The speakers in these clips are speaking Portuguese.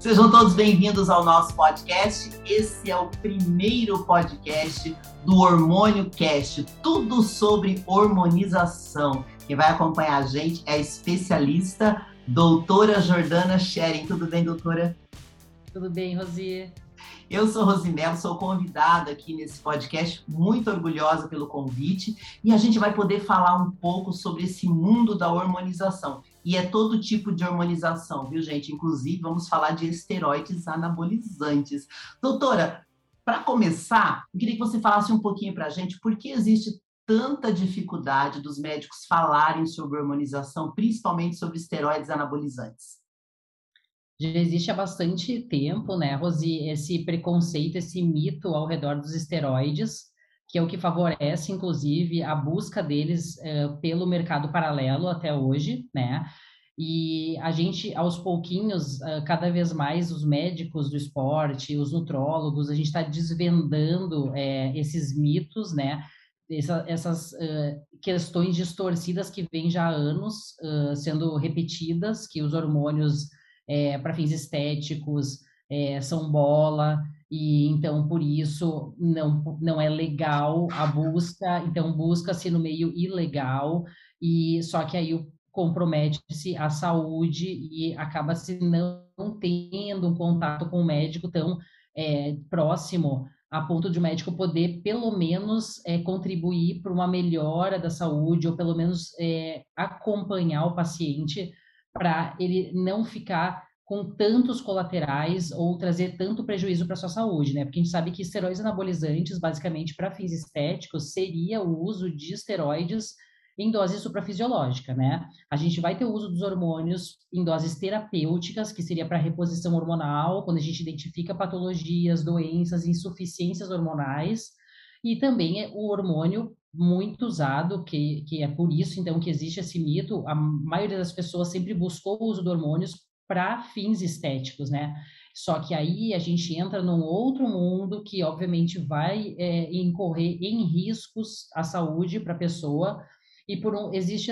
Sejam todos bem-vindos ao nosso podcast. Esse é o primeiro podcast do Hormônio Cast, tudo sobre hormonização. Quem vai acompanhar a gente é a especialista, doutora Jordana Schering. Tudo bem, doutora? Tudo bem, Rosi? Eu sou Rosimelo, sou convidada aqui nesse podcast, muito orgulhosa pelo convite, e a gente vai poder falar um pouco sobre esse mundo da hormonização. E é todo tipo de hormonização, viu, gente? Inclusive, vamos falar de esteroides anabolizantes. Doutora, para começar, eu queria que você falasse um pouquinho para a gente por que existe tanta dificuldade dos médicos falarem sobre hormonização, principalmente sobre esteroides anabolizantes. Já existe há bastante tempo, né, Rosi, esse preconceito, esse mito ao redor dos esteroides, que é o que favorece, inclusive, a busca deles pelo mercado paralelo até hoje, né? E a gente, aos pouquinhos, cada vez mais os médicos do esporte, os nutrólogos, a gente está desvendando esses mitos, né? Essas questões distorcidas que vêm já há anos sendo repetidas, que os hormônios para fins estéticos são bola, e então por isso não é legal a busca, então busca-se no meio ilegal, e só que aí compromete-se a saúde e acaba-se não tendo um contato com o médico tão próximo, a ponto de o médico poder, pelo menos, contribuir para uma melhora da saúde, ou pelo menos acompanhar o paciente para ele não ficar com tantos colaterais ou trazer tanto prejuízo para a sua saúde, né? Porque a gente sabe que esteroides anabolizantes, basicamente, para fins estéticos, seria o uso de esteroides em dose suprafisiológica, né? A gente vai ter o uso dos hormônios em doses terapêuticas, que seria para reposição hormonal, quando a gente identifica patologias, doenças, insuficiências hormonais, e também é o hormônio muito usado, que é por isso, então, que existe esse mito. A maioria das pessoas sempre buscou o uso de hormônios para fins estéticos, né? Só que aí a gente entra num outro mundo que, obviamente, vai incorrer em riscos à saúde para a pessoa, e existe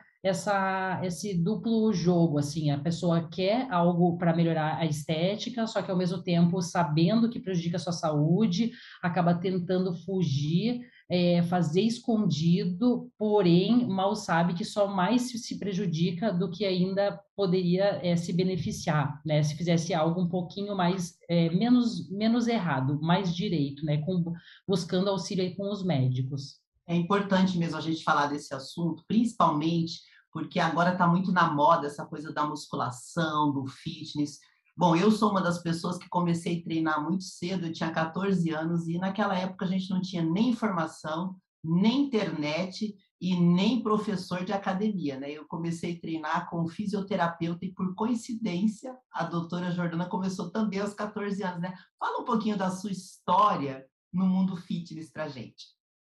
esse duplo jogo, assim, a pessoa quer algo para melhorar a estética, só que ao mesmo tempo, sabendo que prejudica a sua saúde, acaba tentando fugir, fazer escondido, porém mal sabe que só mais se prejudica do que ainda poderia se beneficiar, né? Se fizesse algo um pouquinho mais, menos errado, mais direito, né? Buscando auxílio aí com os médicos. É importante mesmo a gente falar desse assunto, principalmente porque agora está muito na moda essa coisa da musculação, do fitness. Bom, eu sou uma das pessoas que comecei a treinar muito cedo, eu tinha 14 anos, e naquela época a gente não tinha nem informação, nem internet e nem professor de academia, né? Eu comecei a treinar com um fisioterapeuta e, por coincidência, a doutora Jordana começou também aos 14 anos, né? Fala um pouquinho da sua história no mundo fitness para a gente.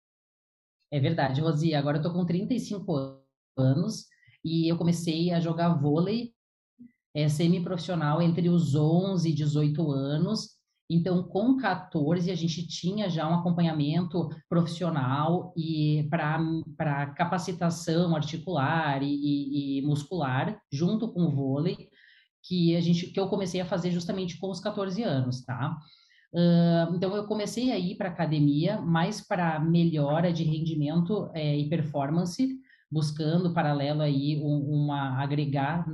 É verdade, Rosi. Agora eu tô com 35 anos e eu comecei a jogar vôlei semi-profissional entre os 11 e 18 anos. Então, com 14, a gente tinha já um acompanhamento profissional e para capacitação articular e muscular, junto com o vôlei, que eu comecei a fazer justamente com os 14 anos, tá? Então, eu comecei a ir para academia mais para melhora de rendimento e performance, buscando paralelo aí agregar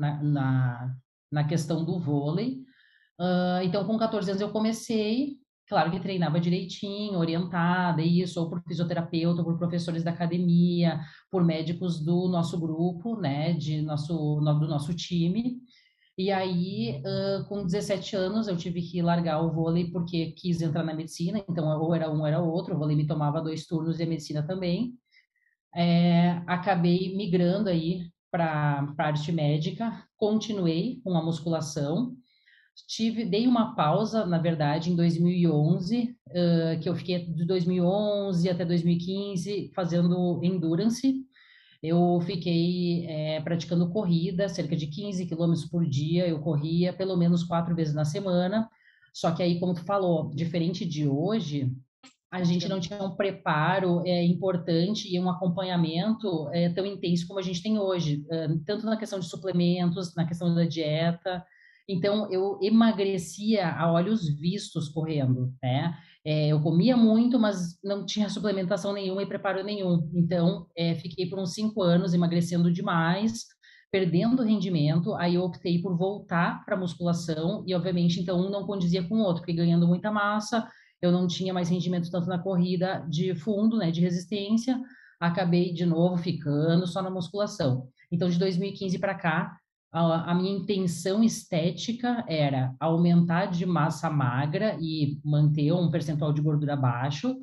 na questão do vôlei. Então, com 14 anos eu comecei, claro que treinava direitinho, orientada, isso, ou por fisioterapeuta, ou por professores da academia, por médicos do nosso grupo, né, do nosso time. E aí, com 17 anos, eu tive que largar o vôlei porque quis entrar na medicina, então ou era um ou era outro, o vôlei me tomava 2 turnos e a medicina também. Acabei migrando aí para a parte médica, continuei com a musculação, dei uma pausa, na verdade, em 2011, que eu fiquei de 2011 até 2015 fazendo endurance. Eu fiquei praticando corrida, cerca de 15 quilômetros por dia, eu corria pelo menos 4 vezes na semana. Só que aí, como tu falou, diferente de hoje, a gente não tinha um preparo importante e um acompanhamento tão intenso como a gente tem hoje, tanto na questão de suplementos, na questão da dieta. Então, eu emagrecia a olhos vistos correndo, né? Eu comia muito, mas não tinha suplementação nenhuma e preparo nenhum. Então, fiquei por uns 5 anos emagrecendo demais, perdendo rendimento. Aí eu optei por voltar para musculação e, obviamente, então um não condizia com o outro, porque ganhando muita massa, eu não tinha mais rendimento tanto na corrida de fundo, né, de resistência. Acabei de novo ficando só na musculação. Então, de 2015 para cá, a minha intenção estética era aumentar de massa magra e manter um percentual de gordura baixo.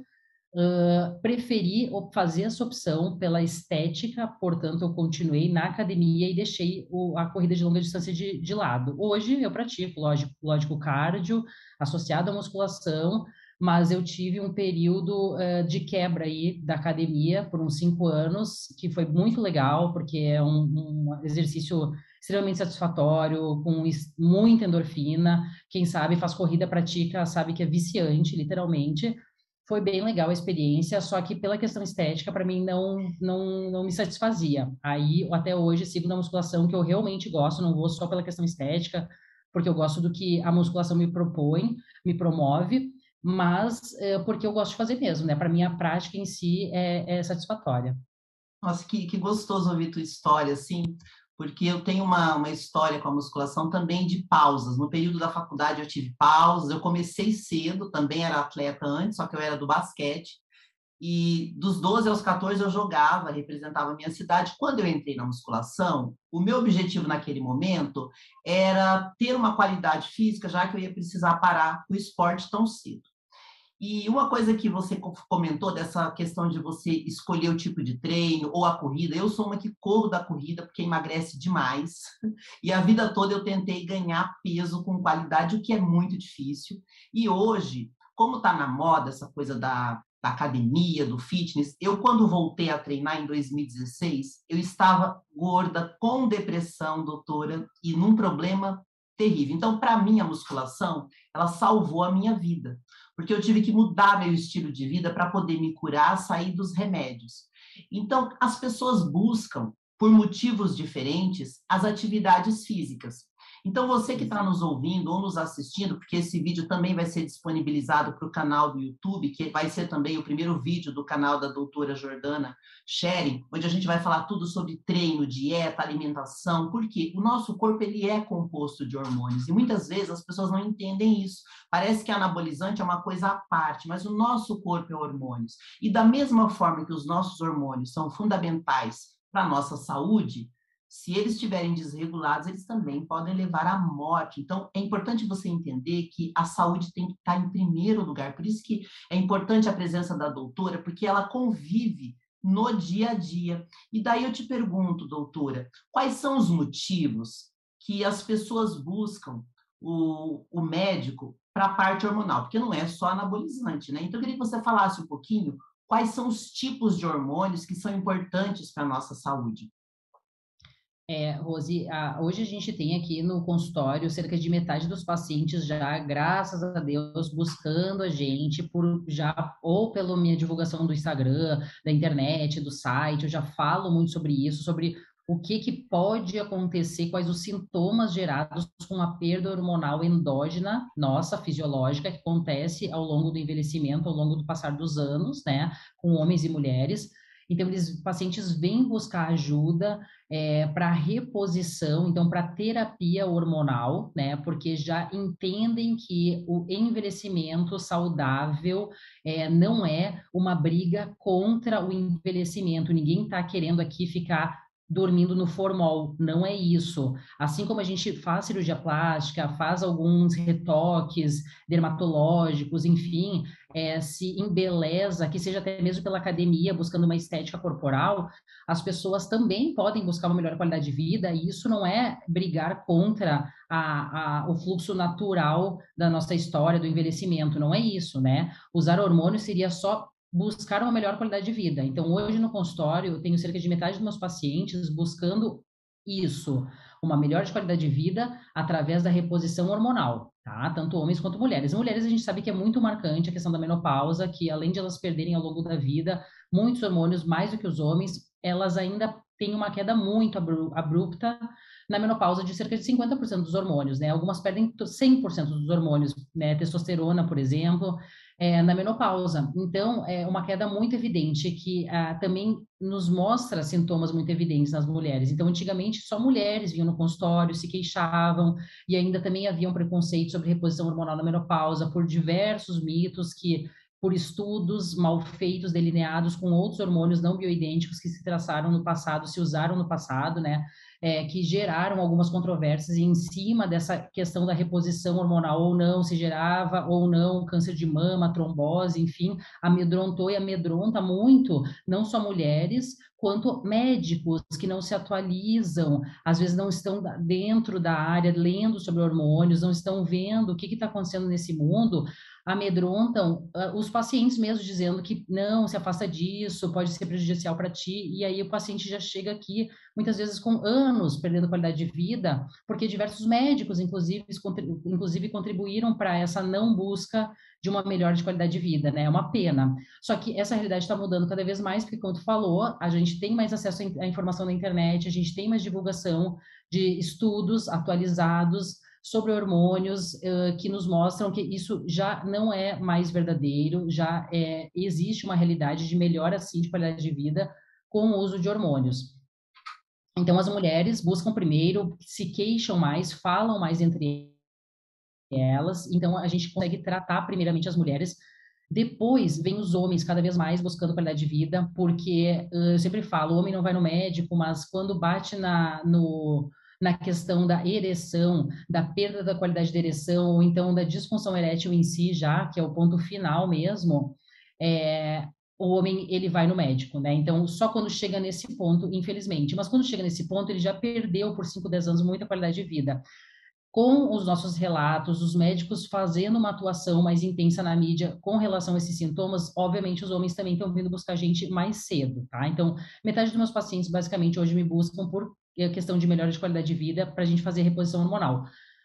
Preferi fazer essa opção pela estética, portanto, eu continuei na academia e deixei a corrida de longa distância de lado. Hoje eu pratico, lógico, cardio associado à musculação, mas eu tive um período de quebra aí da academia por uns 5 anos, que foi muito legal, porque é um exercício extremamente satisfatório, com muita endorfina. Quem sabe faz corrida, pratica, sabe que é viciante, literalmente. Foi bem legal a experiência, só que pela questão estética, para mim não me satisfazia. Aí, até hoje, sigo na musculação, que eu realmente gosto, não vou só pela questão estética, porque eu gosto do que a musculação me propõe, me promove, mas porque eu gosto de fazer mesmo, né? Para mim, a prática em si é satisfatória. Nossa, que gostoso ouvir tua história, assim, porque eu tenho uma história com a musculação também de pausas. No período da faculdade eu tive pausas, eu comecei cedo, também era atleta antes, só que eu era do basquete, e dos 12 aos 14 eu jogava, representava a minha cidade. Quando eu entrei na musculação, o meu objetivo naquele momento era ter uma qualidade física, já que eu ia precisar parar o esporte tão cedo. E uma coisa que você comentou dessa questão de você escolher o tipo de treino ou a corrida, eu sou uma que corro da corrida porque emagrece demais. E a vida toda eu tentei ganhar peso com qualidade, o que é muito difícil. E hoje, como está na moda essa coisa da academia, do fitness, eu quando voltei a treinar em 2016, eu estava gorda, com depressão, doutora, e num problema terrível. Então, para mim, a musculação, ela salvou a minha vida porque eu tive que mudar meu estilo de vida para poder me curar, sair dos remédios. Então, as pessoas buscam, por motivos diferentes, as atividades físicas. Então, você que está nos ouvindo ou nos assistindo, porque esse vídeo também vai ser disponibilizado para o canal do YouTube, que vai ser também o primeiro vídeo do canal da doutora Jordana Sharing, onde a gente vai falar tudo sobre treino, dieta, alimentação, porque o nosso corpo ele é composto de hormônios e muitas vezes as pessoas não entendem isso. Parece que anabolizante é uma coisa à parte, mas o nosso corpo é hormônios. E da mesma forma que os nossos hormônios são fundamentais para a nossa saúde, se eles estiverem desregulados, eles também podem levar à morte. Então, é importante você entender que a saúde tem que estar em primeiro lugar. Por isso que é importante a presença da doutora, porque ela convive no dia a dia. E daí eu te pergunto, doutora, quais são os motivos que as pessoas buscam o médico para a parte hormonal? Porque não é só anabolizante, né? Então, eu queria que você falasse um pouquinho quais são os tipos de hormônios que são importantes para a nossa saúde. Rose, hoje a gente tem aqui no consultório cerca de metade dos pacientes já, graças a Deus, buscando a gente ou pela minha divulgação do Instagram, da internet, do site, eu já falo muito sobre isso, sobre o que pode acontecer, quais os sintomas gerados com a perda hormonal endógena, nossa, fisiológica, que acontece ao longo do envelhecimento, ao longo do passar dos anos, né, com homens e mulheres. Então, pacientes vêm buscar ajuda para reposição, então para terapia hormonal, né? Porque já entendem que o envelhecimento saudável não é uma briga contra o envelhecimento. Ninguém está querendo aqui ficar dormindo no formol, não é isso. Assim como a gente faz cirurgia plástica, faz alguns retoques dermatológicos, enfim, se embeleza, que seja até mesmo pela academia, buscando uma estética corporal, as pessoas também podem buscar uma melhor qualidade de vida, e isso não é brigar contra o fluxo natural da nossa história, do envelhecimento, não é isso, né? Usar hormônios seria só buscar uma melhor qualidade de vida. Então, hoje no consultório, eu tenho cerca de metade dos meus pacientes buscando isso, uma melhor qualidade de vida através da reposição hormonal, tá? Tanto homens quanto mulheres. Mulheres, a gente sabe que é muito marcante a questão da menopausa, que além de elas perderem ao longo da vida muitos hormônios, mais do que os homens, elas ainda tem uma queda muito abrupta na menopausa de cerca de 50% dos hormônios, né? Algumas perdem 100% dos hormônios, né? Testosterona, por exemplo, na menopausa. Então, é uma queda muito evidente que também nos mostra sintomas muito evidentes nas mulheres. Então, antigamente, só mulheres vinham no consultório, se queixavam, e ainda também havia um preconceito sobre reposição hormonal na menopausa por diversos mitos por estudos mal feitos, delineados com outros hormônios não bioidênticos que se traçaram no passado, se usaram no passado, né? Que geraram algumas controvérsias em cima dessa questão da reposição hormonal ou não, se gerava ou não câncer de mama, trombose, enfim, amedrontou e amedronta muito, não só mulheres, quanto médicos que não se atualizam, às vezes não estão dentro da área, lendo sobre hormônios, não estão vendo o que está acontecendo nesse mundo, amedrontam os pacientes mesmo, dizendo que não, se afasta disso, pode ser prejudicial para ti, e aí o paciente já chega aqui, muitas vezes com anos, perdendo qualidade de vida, porque diversos médicos, inclusive contribuíram para essa não busca de uma melhor de qualidade de vida, né? É uma pena. Só que essa realidade está mudando cada vez mais, porque, como tu falou, a gente tem mais acesso à informação na internet, a gente tem mais divulgação de estudos atualizados sobre hormônios que nos mostram que isso já não é mais verdadeiro, já existe uma realidade de melhora, sim, de qualidade de vida com o uso de hormônios. Então, as mulheres buscam primeiro, se queixam mais, falam mais entre elas, então a gente consegue tratar primeiramente as mulheres. Depois vem os homens cada vez mais buscando qualidade de vida, porque eu sempre falo, o homem não vai no médico, mas quando bate na questão da ereção, da perda da qualidade da ereção, ou então da disfunção erétil em si já, que é o ponto final mesmo, o homem, ele vai no médico, né? Então, só quando chega nesse ponto, infelizmente. Mas quando chega nesse ponto, ele já perdeu por 5, 10 anos muita qualidade de vida. Com os nossos relatos, os médicos fazendo uma atuação mais intensa na mídia com relação a esses sintomas, obviamente os homens também estão vindo buscar a gente mais cedo, tá? Então, metade dos meus pacientes, basicamente, hoje me buscam por questão de melhora de qualidade de vida para a gente fazer reposição hormonal.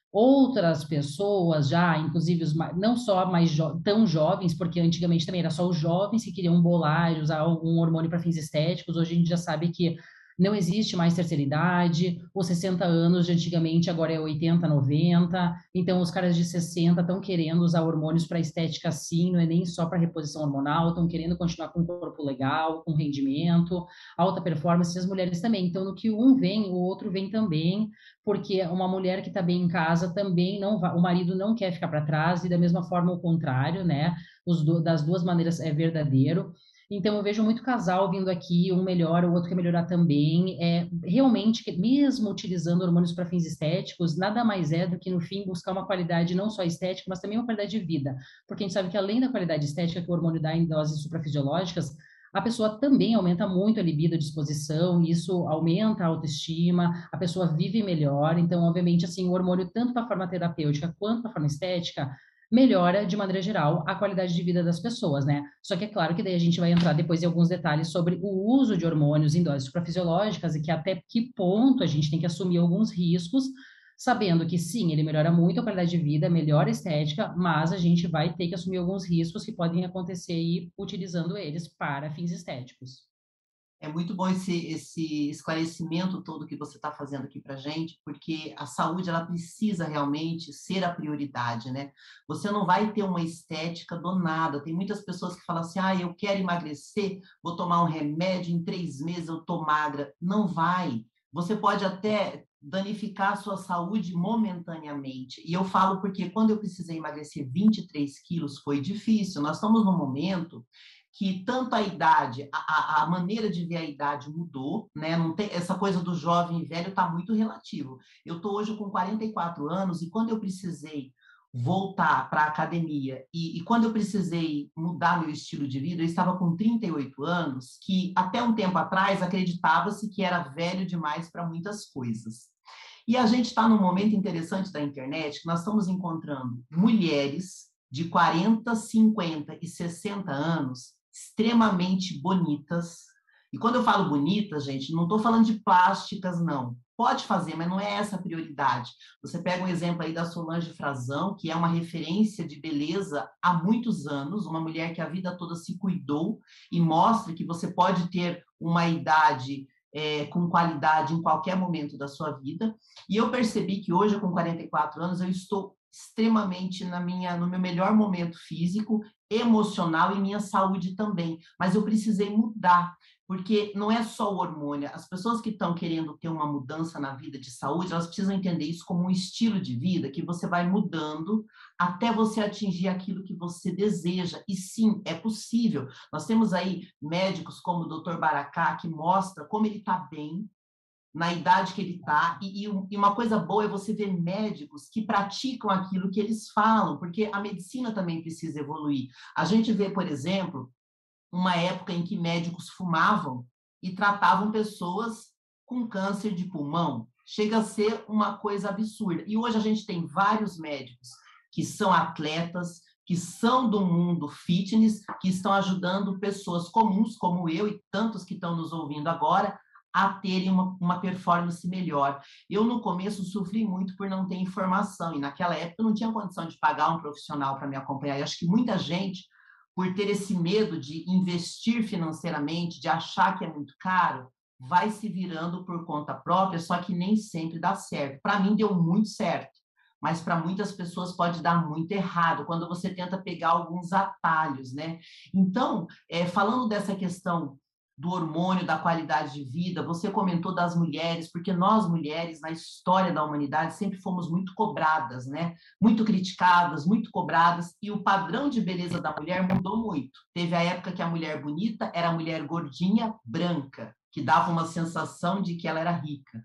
Outras pessoas já, inclusive não só tão jovens, porque antigamente também era só os jovens que queriam bolar e usar um hormônio para fins estéticos, hoje a gente já sabe que não existe mais terceira idade, os 60 anos de antigamente agora é 80, 90, então os caras de 60 estão querendo usar hormônios para estética sim, não é nem só para reposição hormonal, estão querendo continuar com um corpo legal, com rendimento, alta performance, e as mulheres também. Então, no que um vem, o outro vem também, porque uma mulher que está bem em casa também não vai, o marido não quer ficar para trás, e da mesma forma o contrário, né? Das duas maneiras é verdadeiro. Então, eu vejo muito casal vindo aqui, um melhora, o outro quer melhorar também. Realmente, mesmo utilizando hormônios para fins estéticos, nada mais é do que, no fim, buscar uma qualidade não só estética, mas também uma qualidade de vida. Porque a gente sabe que, além da qualidade estética que o hormônio dá em doses suprafisiológicas, a pessoa também aumenta muito a libido, a disposição, isso aumenta a autoestima, a pessoa vive melhor. Então, obviamente, assim, o hormônio, tanto para a forma terapêutica quanto para a forma estética, melhora, de maneira geral, a qualidade de vida das pessoas, né? Só que é claro que daí a gente vai entrar depois em alguns detalhes sobre o uso de hormônios em doses suprafisiológicas e que até que ponto a gente tem que assumir alguns riscos, sabendo que sim, ele melhora muito a qualidade de vida, melhora a estética, mas a gente vai ter que assumir alguns riscos que podem acontecer aí utilizando eles para fins estéticos. É muito bom esse esclarecimento todo que você está fazendo aqui para a gente, porque a saúde ela precisa realmente ser a prioridade, né? Você não vai ter uma estética do nada. Tem muitas pessoas que falam assim: ah, eu quero emagrecer, vou tomar um remédio, em 3 meses eu tô magra. Não vai. Você pode até danificar a sua saúde momentaneamente. E eu falo porque quando eu precisei emagrecer 23 quilos foi difícil. Nós estamos num momento que tanto a idade, a maneira de ver a idade mudou, né? Não tem, essa coisa do jovem e velho está muito relativo. Eu estou hoje com 44 anos e quando eu precisei voltar para a academia e quando eu precisei mudar meu estilo de vida, eu estava com 38 anos, que até um tempo atrás acreditava-se que era velho demais para muitas coisas. E a gente está num momento interessante da internet que nós estamos encontrando mulheres de 40, 50 e 60 anos extremamente bonitas. E quando eu falo bonitas, gente, não estou falando de plásticas, não. Pode fazer, mas não é essa a prioridade. Você pega um exemplo aí da Solange Frazão, que é uma referência de beleza há muitos anos, uma mulher que a vida toda se cuidou e mostra que você pode ter uma idade com qualidade em qualquer momento da sua vida. E eu percebi que hoje, com 44 anos, eu estou extremamente no meu melhor momento físico, emocional e minha saúde também. Mas eu precisei mudar, porque não é só o hormônio. As pessoas que estão querendo ter uma mudança na vida de saúde, elas precisam entender isso como um estilo de vida que você vai mudando até você atingir aquilo que você deseja. E sim, é possível. Nós temos aí médicos como o Dr. Baracá, que mostra como ele está bem, na idade que ele está, e uma coisa boa é você ver médicos que praticam aquilo que eles falam, porque a medicina também precisa evoluir. A gente vê, por exemplo, uma época em que médicos fumavam e tratavam pessoas com câncer de pulmão. Chega a ser uma coisa absurda. E hoje a gente tem vários médicos que são atletas, que são do mundo fitness, que estão ajudando pessoas comuns, como eu e tantos que estão nos ouvindo agora, a terem uma performance melhor. Eu, no começo, sofri muito por não ter informação, e naquela época eu não tinha condição de pagar um profissional para me acompanhar. Eu acho que muita gente, por ter esse medo de investir financeiramente, de achar que é muito caro, vai se virando por conta própria, só que nem sempre dá certo. Para mim, deu muito certo, mas para muitas pessoas pode dar muito errado, quando você tenta pegar alguns atalhos, né? Então, falando dessa questão do hormônio, da qualidade de vida, você comentou das mulheres, porque nós mulheres, na história da humanidade, sempre fomos muito cobradas, né? Muito criticadas, muito cobradas, e o padrão de beleza da mulher mudou muito. Teve a época que a mulher bonita era a mulher gordinha, branca, que dava uma sensação de que ela era rica.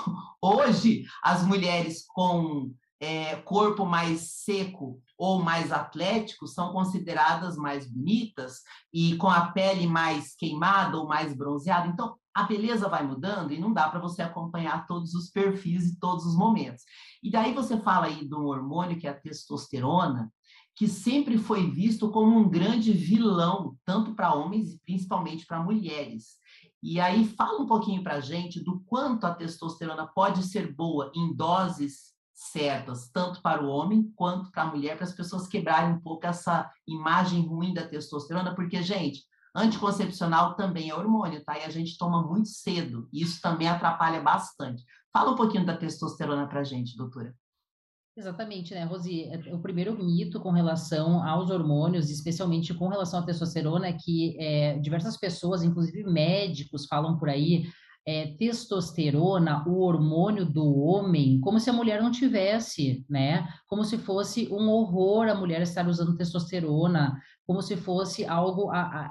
Hoje, as mulheres com corpo mais seco ou mais atlético são consideradas mais bonitas e com a pele mais queimada ou mais bronzeada. Então, a beleza vai mudando e não dá para você acompanhar todos os perfis e todos os momentos. E daí você fala aí de um hormônio que é a testosterona, que sempre foi visto como um grande vilão, tanto para homens e principalmente para mulheres. E aí fala um pouquinho para a gente do quanto a testosterona pode ser boa em doses certas, tanto para o homem quanto para a mulher, para as pessoas quebrarem um pouco essa imagem ruim da testosterona, porque, gente, anticoncepcional também é hormônio, tá? E a gente toma muito cedo, e isso também atrapalha bastante. Fala um pouquinho da testosterona para a gente, doutora. Exatamente, né, Rosi? O primeiro mito com relação aos hormônios, especialmente com relação à testosterona, é que diversas pessoas, inclusive médicos, falam por aí, testosterona, o hormônio do homem, como se a mulher não tivesse, né? Como se fosse um horror a mulher estar usando testosterona, como se fosse algo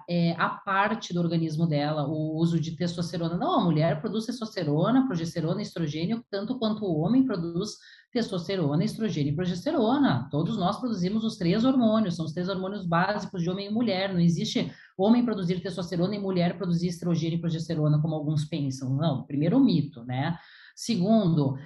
à parte do organismo dela, o uso de testosterona. Não, a mulher produz testosterona, progesterona, estrogênio, tanto quanto o homem produz testosterona, estrogênio e progesterona. Todos nós produzimos os três hormônios, são os três hormônios básicos de homem e mulher. Não existe homem produzir testosterona e mulher produzir estrogênio e progesterona, como alguns pensam. Não, primeiro mito, né? Segundo,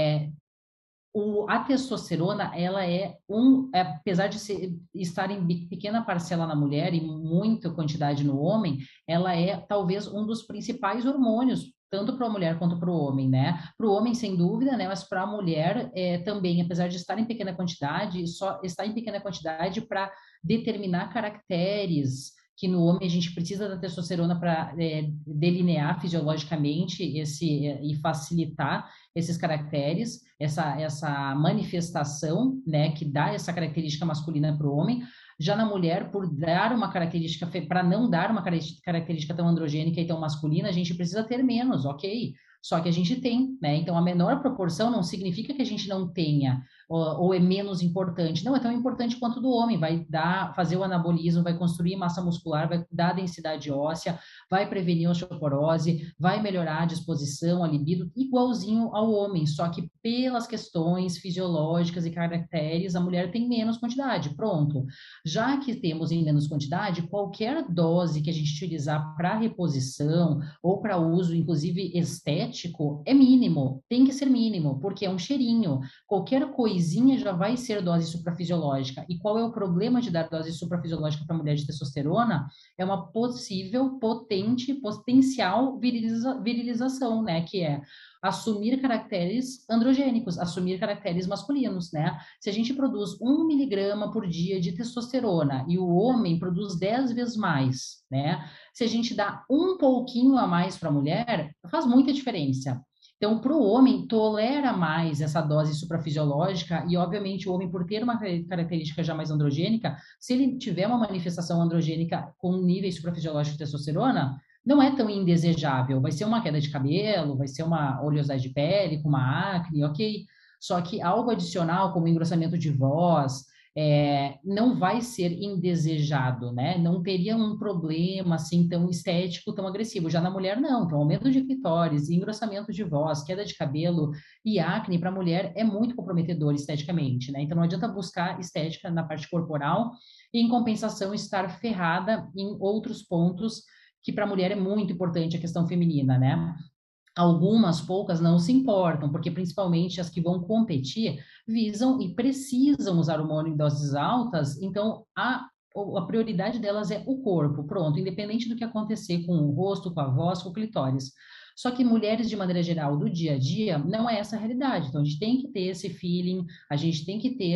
a testosterona, ela apesar de estar em pequena parcela na mulher e muita quantidade no homem, ela é talvez um dos principais hormônios, tanto para a mulher quanto para o homem, né? Para o homem, sem dúvida, né? Mas para a mulher também, apesar de estar em pequena quantidade, só está em pequena quantidade para determinar caracteres que no homem a gente precisa da testosterona para delinear fisiologicamente e facilitar esses caracteres, essa manifestação, né, que dá essa característica masculina para o homem. Já na mulher, por dar uma característica, para não dar uma característica tão androgênica e tão masculina, a gente precisa ter menos, ok? Só que a gente tem, né? Então, a menor proporção não significa que a gente não tenha, ou é menos importante. Não, é tão importante quanto do homem. Vai fazer o anabolismo, vai construir massa muscular, vai dar densidade óssea, vai prevenir a osteoporose, vai melhorar a disposição, a libido, igualzinho ao homem. Só que pelas questões fisiológicas e caracteres, a mulher tem menos quantidade. Pronto. Já que temos em menos quantidade, qualquer dose que a gente utilizar para reposição ou para uso, inclusive estético, é mínimo, tem que ser mínimo, porque é um cheirinho. Qualquer coisinha já vai ser dose suprafisiológica. E qual é o problema de dar dose suprafisiológica para mulher de testosterona? É uma possível, potencial virilização, né? Que é assumir caracteres androgênicos, assumir caracteres masculinos, né? Se a gente produz 1 miligrama por dia de testosterona e o homem produz 10 vezes mais, né? Se a gente dá um pouquinho a mais para a mulher, faz muita diferença. Então, para o homem, tolera mais essa dose suprafisiológica e, obviamente, o homem, por ter uma característica já mais androgênica, se ele tiver uma manifestação androgênica com níveis suprafisiológicos de testosterona, não é tão indesejável. Vai ser uma queda de cabelo, vai ser uma oleosidade de pele, com uma acne, ok? Só que algo adicional, como engrossamento de voz, não vai ser indesejado, né? Não teria um problema assim tão estético, tão agressivo. Já na mulher, não. Então, aumento de clitóris, engrossamento de voz, queda de cabelo e acne para a mulher é muito comprometedor esteticamente, né? Então, não adianta buscar estética na parte corporal e, em compensação, estar ferrada em outros pontos que para a mulher é muito importante a questão feminina, né? Algumas poucas não se importam, porque principalmente as que vão competir visam e precisam usar hormônio em doses altas, então a prioridade delas é o corpo, pronto, independente do que acontecer com o rosto, com a voz, com o clitóris. Só que mulheres, de maneira geral, do dia a dia, não é essa a realidade. Então, a gente tem que ter esse feeling, a gente tem que ter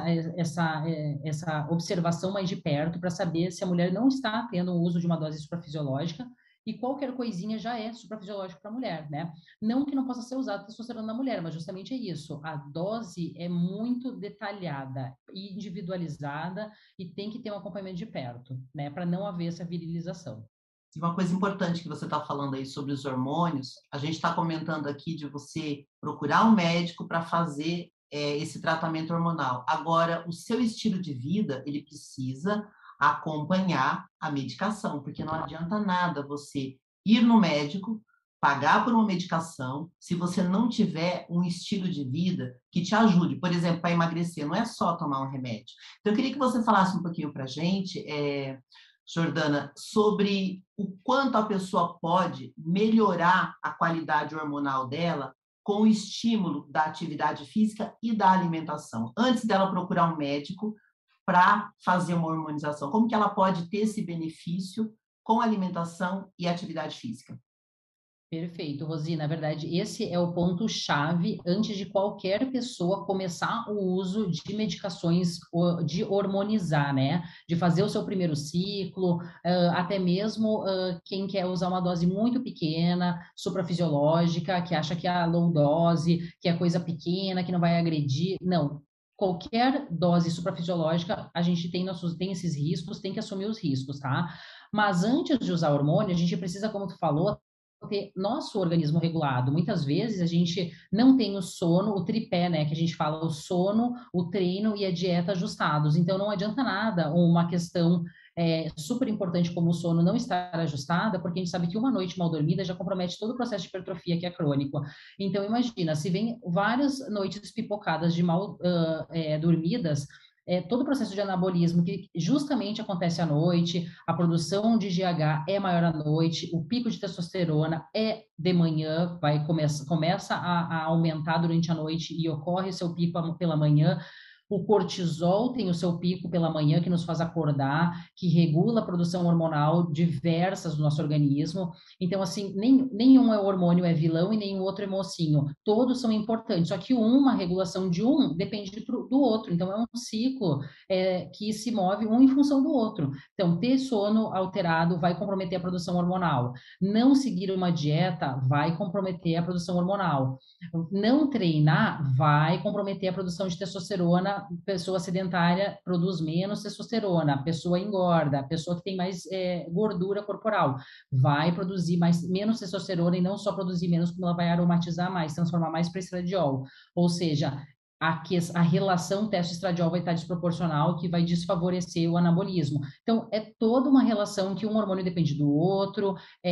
essa observação mais de perto para saber se a mulher não está tendo o uso de uma dose suprafisiológica e qualquer coisinha já é suprafisiológico para a mulher, né? Não que não possa ser usado testosterona na mulher, mas justamente é isso. A dose é muito detalhada, individualizada e tem que ter um acompanhamento de perto, né? Para não haver essa virilização. E uma coisa importante que você está falando aí sobre os hormônios, a gente está comentando aqui de você procurar um médico para fazer esse tratamento hormonal. Agora, o seu estilo de vida, ele precisa acompanhar a medicação, porque não adianta nada você ir no médico, pagar por uma medicação, se você não tiver um estilo de vida que te ajude. Por exemplo, para emagrecer, não é só tomar um remédio. Então, eu queria que você falasse um pouquinho para a gente, Jordana, sobre o quanto a pessoa pode melhorar a qualidade hormonal dela com o estímulo da atividade física e da alimentação, antes dela procurar um médico para fazer uma hormonização. Como que ela pode ter esse benefício com alimentação e atividade física? Perfeito, Rosi. Na verdade, esse é o ponto-chave antes de qualquer pessoa começar o uso de medicações de hormonizar, né? De fazer o seu primeiro ciclo, até mesmo quem quer usar uma dose muito pequena, suprafisiológica, que acha que é a low dose, que é coisa pequena, que não vai agredir. Não. Qualquer dose suprafisiológica, a gente tem esses riscos, tem que assumir os riscos, tá? Mas antes de usar hormônio, a gente precisa, como tu falou, ter nosso organismo regulado. Muitas vezes a gente não tem o sono, o tripé, né? Que a gente fala o sono, o treino e a dieta ajustados. Então não adianta nada uma questão super importante como o sono não estar ajustada, porque a gente sabe que uma noite mal dormida já compromete todo o processo de hipertrofia que é crônico. Então imagina, se vem várias noites pipocadas de mal dormidas, todo o processo de anabolismo que justamente acontece à noite, a produção de GH é maior à noite, o pico de testosterona é de manhã, começa a aumentar durante a noite e ocorre seu pico pela manhã. O cortisol tem o seu pico pela manhã, que nos faz acordar, que regula a produção hormonal diversas do nosso organismo. Então, assim, nenhum hormônio é vilão e nenhum outro é mocinho. Todos são importantes, só que uma regulação de um depende do outro. Então, é um ciclo que se move um em função do outro. Então, ter sono alterado vai comprometer a produção hormonal. Não seguir uma dieta vai comprometer a produção hormonal. Não treinar vai comprometer a produção de testosterona. Pessoa sedentária produz menos testosterona, pessoa engorda, pessoa que tem mais gordura corporal vai produzir menos testosterona e não só produzir menos, como ela vai aromatizar mais, transformar mais para estradiol. Ou seja, a relação testo-estradiol vai estar desproporcional, que vai desfavorecer o anabolismo. Então, é toda uma relação que um hormônio depende do outro,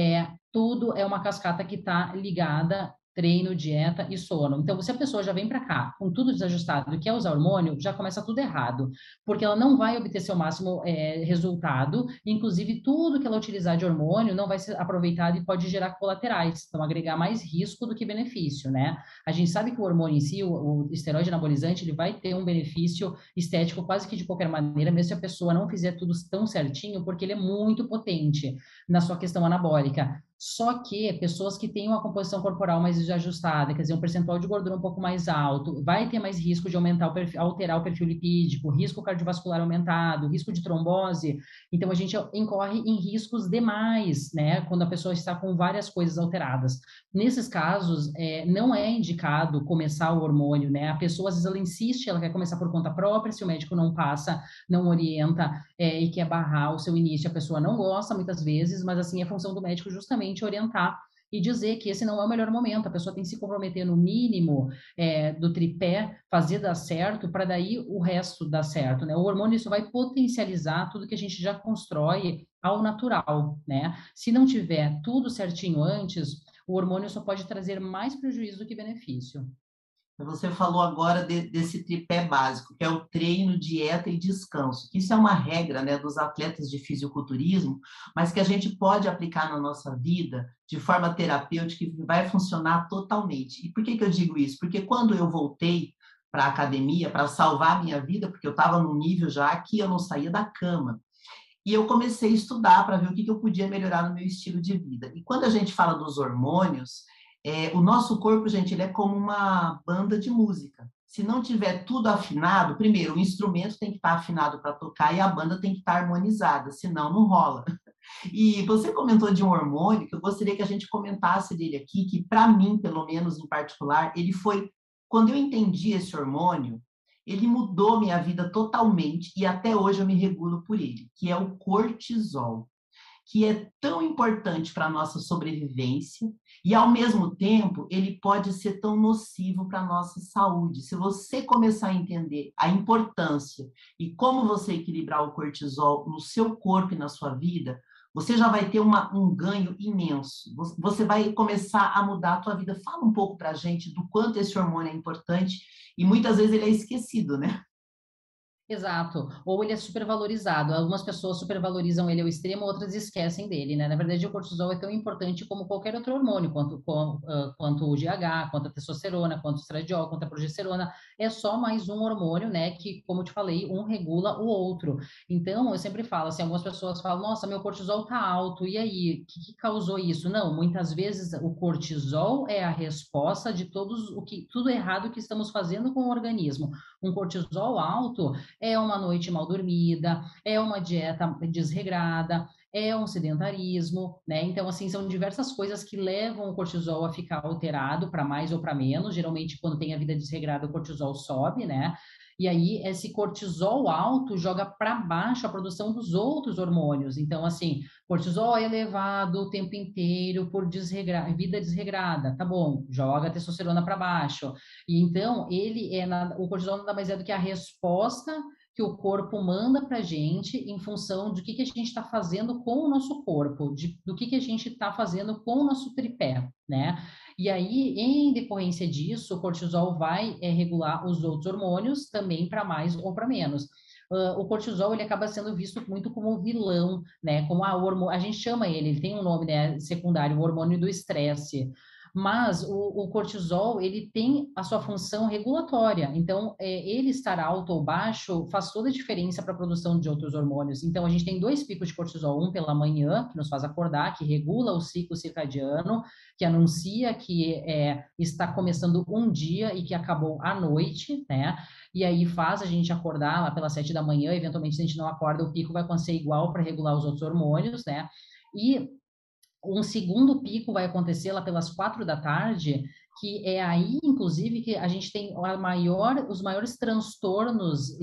tudo é uma cascata que está ligada treino, dieta e sono. Então, se a pessoa já vem para cá com tudo desajustado e quer usar hormônio, já começa tudo errado, porque ela não vai obter seu máximo resultado, inclusive tudo que ela utilizar de hormônio não vai ser aproveitado e pode gerar colaterais, então agregar mais risco do que benefício, né? A gente sabe que o hormônio em si, o esteroide anabolizante, ele vai ter um benefício estético quase que de qualquer maneira, mesmo se a pessoa não fizer tudo tão certinho, porque ele é muito potente na sua questão anabólica. Só que pessoas que têm uma composição corporal mais desajustada, quer dizer, um percentual de gordura um pouco mais alto, vai ter mais risco de aumentar alterar o perfil lipídico, risco cardiovascular aumentado, risco de trombose. Então, a gente incorre em riscos demais, né? Quando a pessoa está com várias coisas alteradas. Nesses casos, não é indicado começar o hormônio, né? A pessoa, às vezes, ela insiste, ela quer começar por conta própria, se o médico não passa, não orienta, e quer barrar o seu início, a pessoa não gosta, muitas vezes, mas, assim, é função do médico justamente orientar e dizer que esse não é o melhor momento, a pessoa tem que se comprometer no mínimo do tripé, fazer dar certo, para daí o resto dar certo, né? O hormônio, isso vai potencializar tudo que a gente já constrói ao natural, né? Se não tiver tudo certinho antes, o hormônio só pode trazer mais prejuízo do que benefício. Você falou agora desse tripé básico, que é o treino, dieta e descanso. Isso é uma regra, né, dos atletas de fisiculturismo, mas que a gente pode aplicar na nossa vida de forma terapêutica e vai funcionar totalmente. E por que eu digo isso? Porque quando eu voltei para a academia, para salvar a minha vida, porque eu estava num nível já que eu não saía da cama, e eu comecei a estudar para ver o que eu podia melhorar no meu estilo de vida. E quando a gente fala dos hormônios, o nosso corpo, gente, ele é como uma banda de música. Se não tiver tudo afinado, primeiro, o instrumento tem que estar afinado para tocar e a banda tem que estar harmonizada, senão não rola. E você comentou de um hormônio que eu gostaria que a gente comentasse dele aqui, que para mim, pelo menos em particular, ele foi, quando eu entendi esse hormônio, ele mudou minha vida totalmente e até hoje eu me regulo por ele, que é o cortisol, que é tão importante para a nossa sobrevivência e, ao mesmo tempo, ele pode ser tão nocivo para a nossa saúde. Se você começar a entender a importância e como você equilibrar o cortisol no seu corpo e na sua vida, você já vai ter um ganho imenso. Você vai começar a mudar a tua vida. Fala um pouco para a gente do quanto esse hormônio é importante e muitas vezes ele é esquecido, né? Exato. Ou ele é supervalorizado. Algumas pessoas supervalorizam ele ao extremo, outras esquecem dele, né? Na verdade, o cortisol é tão importante como qualquer outro hormônio, quanto o GH, quanto a testosterona, quanto o estradiol, quanto a progesterona. É só mais um hormônio, né? Que, como eu te falei, um regula o outro. Então, eu sempre falo assim, algumas pessoas falam, nossa, meu cortisol tá alto, e aí? O que causou isso? Não, muitas vezes o cortisol é a resposta de tudo errado que estamos fazendo com o organismo. Um cortisol alto é uma noite mal dormida, é uma dieta desregrada, é um sedentarismo, né? Então, assim, são diversas coisas que levam o cortisol a ficar alterado para mais ou para menos. Geralmente, quando tem a vida desregrada, o cortisol sobe, né? E aí, esse cortisol alto joga para baixo a produção dos outros hormônios. Então, assim, cortisol é elevado o tempo inteiro por vida desregrada. Tá bom, joga a testosterona para baixo. E então, o cortisol nada mais é do que a resposta que o corpo manda para a gente em função do que a gente está fazendo com o nosso corpo, do que a gente está fazendo com o nosso tripé, né? E aí, em decorrência disso, o cortisol vai regular os outros hormônios também para mais ou para menos. O cortisol ele acaba sendo visto muito como vilão, né? Como a gente chama ele tem um nome, né, secundário, o hormônio do estresse. Mas o cortisol, ele tem a sua função regulatória. Então, ele estar alto ou baixo faz toda a diferença para a produção de outros hormônios. Então, a gente tem dois picos de cortisol, um pela manhã, que nos faz acordar, que regula o ciclo circadiano, que anuncia que está começando um dia e que acabou à noite, né? E aí faz a gente acordar lá pelas 7 da manhã, eventualmente, se a gente não acorda, o pico vai acontecer igual para regular os outros hormônios, né? E um segundo pico vai acontecer lá pelas 4 da tarde, que é aí, inclusive, que a gente tem os maiores transtornos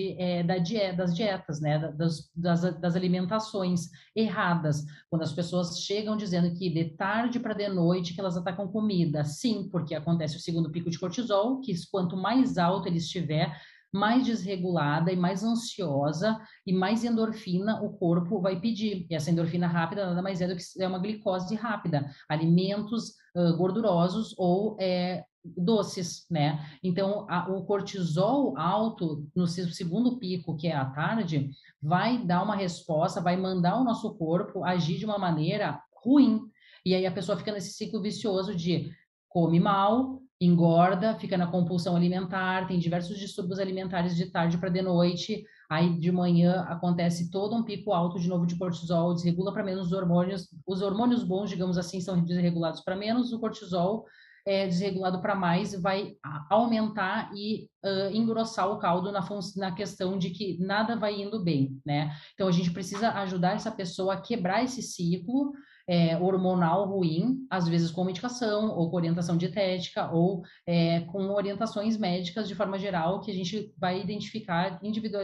das dietas, né? Das alimentações erradas. Quando as pessoas chegam dizendo que de tarde para de noite que elas atacam comida. Sim, porque acontece o segundo pico de cortisol, que quanto mais alto ele estiver, mais desregulada e mais ansiosa e mais endorfina o corpo vai pedir. E essa endorfina rápida nada mais é do que é uma glicose rápida, alimentos gordurosos ou doces, né? Então, o cortisol alto no seu segundo pico, que é à tarde, vai dar uma resposta, vai mandar o nosso corpo agir de uma maneira ruim. E aí a pessoa fica nesse ciclo vicioso de come mal, engorda, fica na compulsão alimentar, tem diversos distúrbios alimentares de tarde para de noite, aí de manhã acontece todo um pico alto de novo de cortisol, desregula para menos os hormônios bons, digamos assim, são desregulados para menos, o cortisol é desregulado para mais, vai aumentar e engrossar o caldo na questão de que nada vai indo bem, né? Então a gente precisa ajudar essa pessoa a quebrar esse ciclo hormonal ruim, às vezes com medicação, ou com orientação dietética, ou com orientações médicas de forma geral, que a gente vai identificar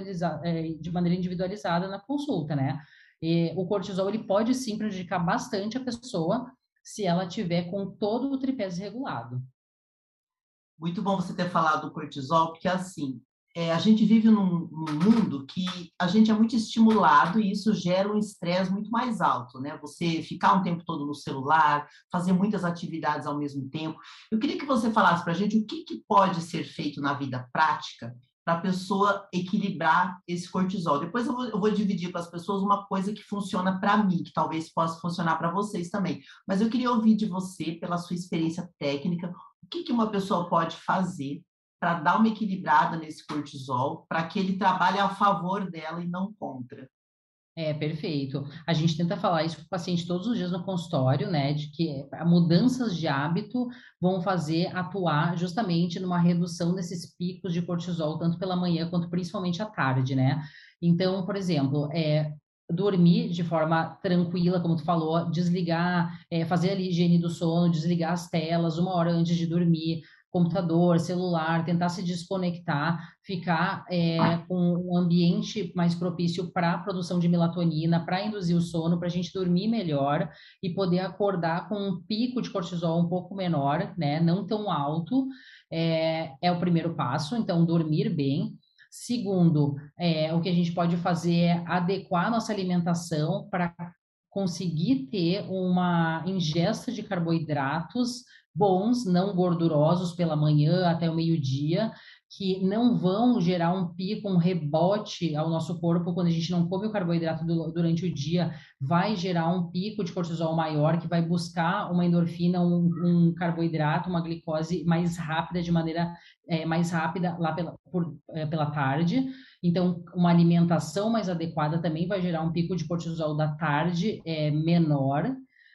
de maneira individualizada na consulta, né? E o cortisol, ele pode sim prejudicar bastante a pessoa se ela tiver com todo o tripé desregulado. Muito bom você ter falado do cortisol, porque assim, a gente vive num mundo que a gente é muito estimulado e isso gera um estresse muito mais alto, né? Você ficar um tempo todo no celular, fazer muitas atividades ao mesmo tempo. Eu queria que você falasse para a gente o que pode ser feito na vida prática para a pessoa equilibrar esse cortisol. Depois eu vou dividir com as pessoas uma coisa que funciona para mim, que talvez possa funcionar para vocês também. Mas eu queria ouvir de você, pela sua experiência técnica, o que uma pessoa pode fazer para dar uma equilibrada nesse cortisol, para que ele trabalhe a favor dela e não contra? Perfeito. A gente tenta falar isso para o paciente todos os dias no consultório, né, de que mudanças de hábito vão fazer atuar justamente numa redução desses picos de cortisol, tanto pela manhã quanto principalmente à tarde, né? Então, por exemplo, dormir de forma tranquila, como tu falou, desligar, fazer a higiene do sono, desligar as telas 1 hora antes de dormir, computador, celular, tentar se desconectar, ficar com um ambiente mais propício para a produção de melatonina, para induzir o sono, para a gente dormir melhor e poder acordar com um pico de cortisol um pouco menor, né? Não tão alto, é o primeiro passo. Então, dormir bem. Segundo, o que a gente pode fazer é adequar a nossa alimentação para conseguir ter uma ingesta de carboidratos bons, não gordurosos pela manhã até o meio-dia, que não vão gerar um pico, um rebote ao nosso corpo quando a gente não come o carboidrato durante o dia, vai gerar um pico de cortisol maior que vai buscar uma endorfina, um carboidrato, uma glicose mais rápida, de maneira mais rápida lá pela tarde. Então, uma alimentação mais adequada também vai gerar um pico de cortisol da tarde menor,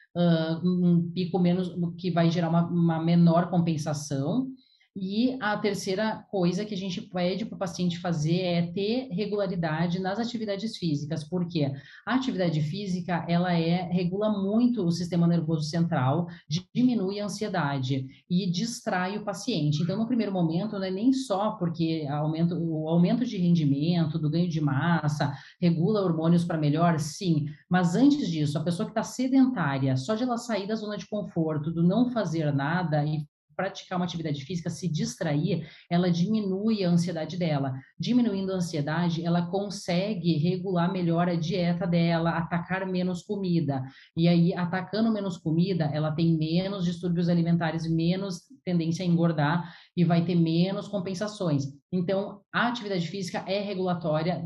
um pico menos, que vai gerar uma menor compensação. E a terceira coisa que a gente pede para o paciente fazer é ter regularidade nas atividades físicas, porque a atividade física, ela regula muito o sistema nervoso central, diminui a ansiedade e distrai o paciente. Então, no primeiro momento, não é nem só porque o aumento de rendimento, do ganho de massa, regula hormônios para melhor, sim, mas antes disso, a pessoa que está sedentária, só de ela sair da zona de conforto, do não fazer nada e praticar uma atividade física, se distrair, ela diminui a ansiedade dela. Diminuindo a ansiedade, ela consegue regular melhor a dieta dela, atacar menos comida. E aí, atacando menos comida, ela tem menos distúrbios alimentares, menos tendência a engordar e vai ter menos compensações. Então, a atividade física é regulatória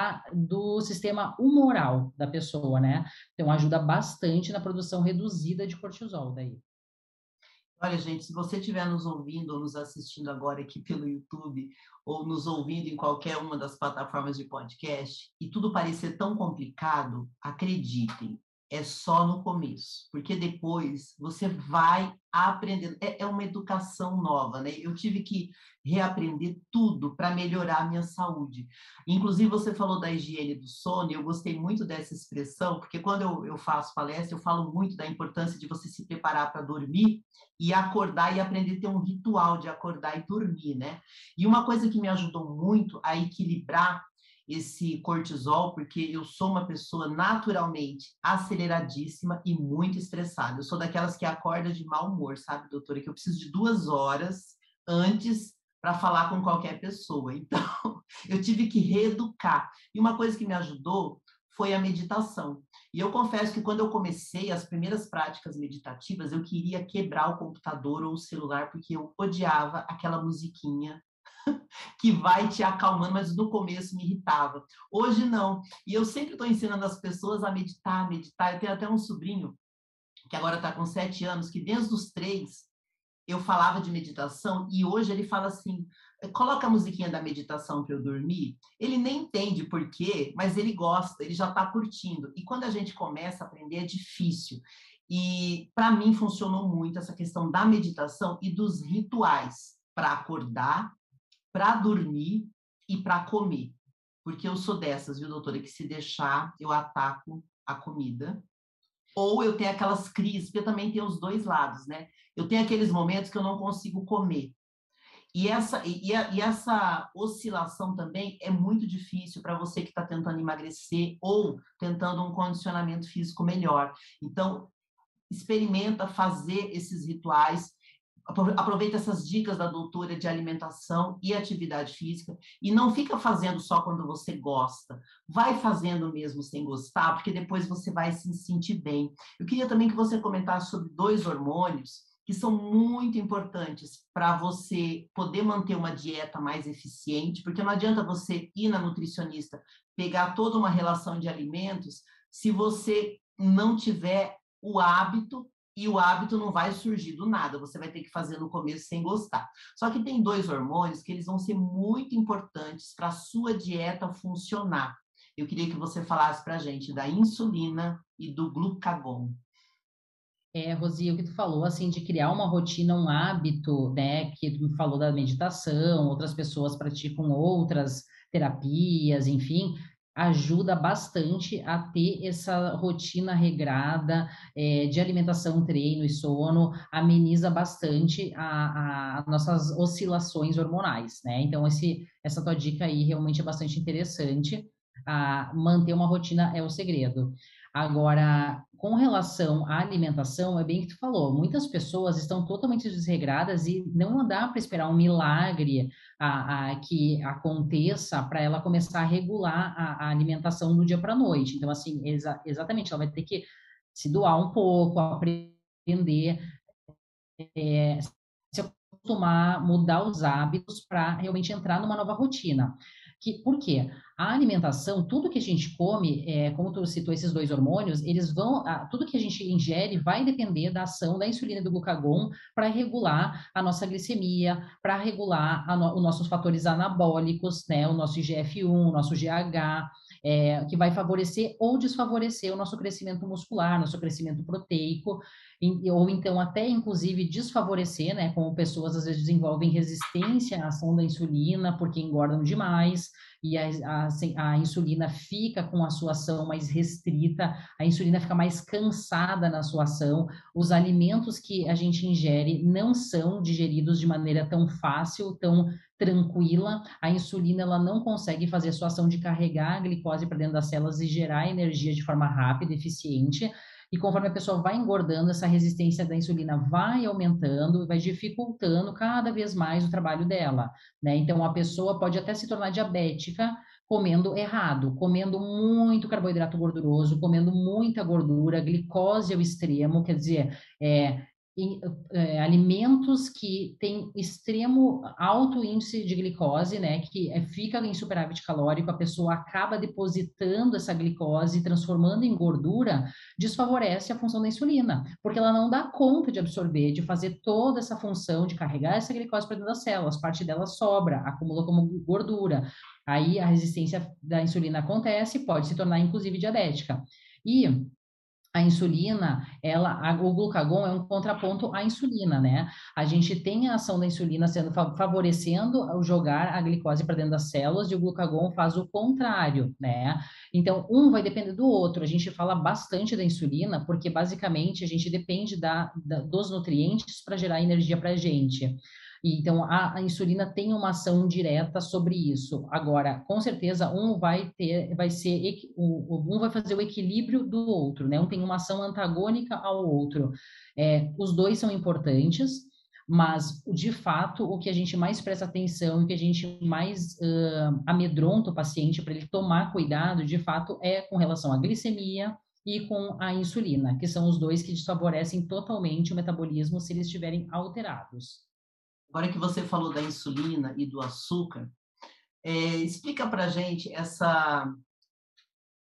do sistema humoral da pessoa, né? Então, ajuda bastante na produção reduzida de cortisol daí. Olha, gente, se você estiver nos ouvindo ou nos assistindo agora aqui pelo YouTube, ou nos ouvindo em qualquer uma das plataformas de podcast, e tudo parecer tão complicado, acreditem, é só no começo, porque depois você vai aprendendo. É uma educação nova, né? Eu tive que reaprender tudo para melhorar a minha saúde. Inclusive, você falou da higiene do sono, e eu gostei muito dessa expressão, porque quando eu faço palestra, eu falo muito da importância de você se preparar para dormir e acordar e aprender a ter um ritual de acordar e dormir, né? E uma coisa que me ajudou muito a equilibrar esse cortisol, porque eu sou uma pessoa naturalmente aceleradíssima e muito estressada. Eu sou daquelas que acorda de mau humor, sabe, doutora? Que eu preciso de 2 horas antes para falar com qualquer pessoa. Então, eu tive que reeducar. E uma coisa que me ajudou foi a meditação. E eu confesso que quando eu comecei as primeiras práticas meditativas, eu queria quebrar o computador ou o celular, porque eu odiava aquela musiquinha que vai te acalmando, mas no começo me irritava. Hoje não. E eu sempre estou ensinando as pessoas a meditar, meditar. Eu tenho até um sobrinho que agora está com 7 anos, que desde os 3 eu falava de meditação e hoje ele fala assim, coloca a musiquinha da meditação para eu dormir. Ele nem entende por quê, mas ele gosta, ele já está curtindo. E quando a gente começa a aprender é difícil. E para mim funcionou muito essa questão da meditação e dos rituais para acordar, para dormir e para comer. Porque eu sou dessas, viu, doutora, que se deixar, eu ataco a comida. Ou eu tenho aquelas crises, porque eu também tenho os dois lados, né? Eu tenho aqueles momentos que eu não consigo comer. E essa oscilação também é muito difícil para você que está tentando emagrecer ou tentando um condicionamento físico melhor. Então, experimenta fazer esses rituais, aproveita essas dicas da doutora de alimentação e atividade física e não fica fazendo só quando você gosta. Vai fazendo mesmo sem gostar, porque depois você vai se sentir bem. Eu queria também que você comentasse sobre 2 hormônios que são muito importantes para você poder manter uma dieta mais eficiente, porque não adianta você ir na nutricionista, pegar toda uma relação de alimentos, se você não tiver o hábito, e o hábito não vai surgir do nada, você vai ter que fazer no começo sem gostar. Só que tem 2 hormônios que eles vão ser muito importantes para a sua dieta funcionar. Eu queria que você falasse para a gente da insulina e do glucagon. Rosi, o que tu falou, assim, de criar uma rotina, um hábito, né, que tu me falou da meditação, outras pessoas praticam outras terapias, enfim, ajuda bastante a ter essa rotina regrada, de alimentação, treino e sono, ameniza bastante as nossas oscilações hormonais, né? Então, essa tua dica aí realmente é bastante interessante. Manter uma rotina é o segredo. Agora, com relação à alimentação, é bem o que tu falou, muitas pessoas estão totalmente desregradas e não dá para esperar um milagre que aconteça para ela começar a regular a alimentação do dia para a noite. Então, assim, exatamente, ela vai ter que se doar um pouco, aprender, se acostumar, mudar os hábitos para realmente entrar numa nova rotina. Por quê? A alimentação, tudo que a gente come, como tu citou esses 2 hormônios, tudo que a gente ingere vai depender da ação da insulina e do glucagon para regular a nossa glicemia, para regular os nossos fatores anabólicos, né, o nosso IGF-1, o nosso GH, que vai favorecer ou desfavorecer o nosso crescimento muscular, nosso crescimento proteico, ou então até inclusive desfavorecer, né, como pessoas às vezes desenvolvem resistência à ação da insulina porque engordam demais e a insulina fica com a sua ação mais restrita, a insulina fica mais cansada na sua ação, os alimentos que a gente ingere não são digeridos de maneira tão fácil, tão tranquila, a insulina ela não consegue fazer a sua ação de carregar a glicose para dentro das células e gerar energia de forma rápida, eficiente, e conforme a pessoa vai engordando, essa resistência da insulina vai aumentando, vai dificultando cada vez mais o trabalho dela, né? Então, a pessoa pode até se tornar diabética comendo errado, comendo muito carboidrato gorduroso, comendo muita gordura, glicose ao extremo, quer dizer, alimentos que têm extremo alto índice de glicose, né, que fica em superávit calórico, a pessoa acaba depositando essa glicose, transformando em gordura, desfavorece a função da insulina, porque ela não dá conta de absorver, de fazer toda essa função de carregar essa glicose para dentro das células, parte dela sobra, acumula como gordura. Aí a resistência da insulina acontece, pode se tornar inclusive diabética. E a insulina, o glucagon é um contraponto à insulina, né? A gente tem a ação da insulina sendo favorecendo o jogar a glicose para dentro das células e o glucagon faz o contrário, né? Então, um vai depender do outro. A gente fala bastante da insulina porque, basicamente, a gente depende dos nutrientes para gerar energia para a gente. Então, a insulina tem uma ação direta sobre isso. Agora, com certeza, um vai fazer o equilíbrio do outro, né? Um tem uma ação antagônica ao outro. Os dois são importantes, mas, de fato, o que a gente mais presta atenção, o que a gente mais amedronta o paciente para ele tomar cuidado, de fato, é com relação à glicemia e com a insulina, que são os dois que desfavorecem totalmente o metabolismo se eles estiverem alterados. Agora que você falou da insulina e do açúcar, explica para a gente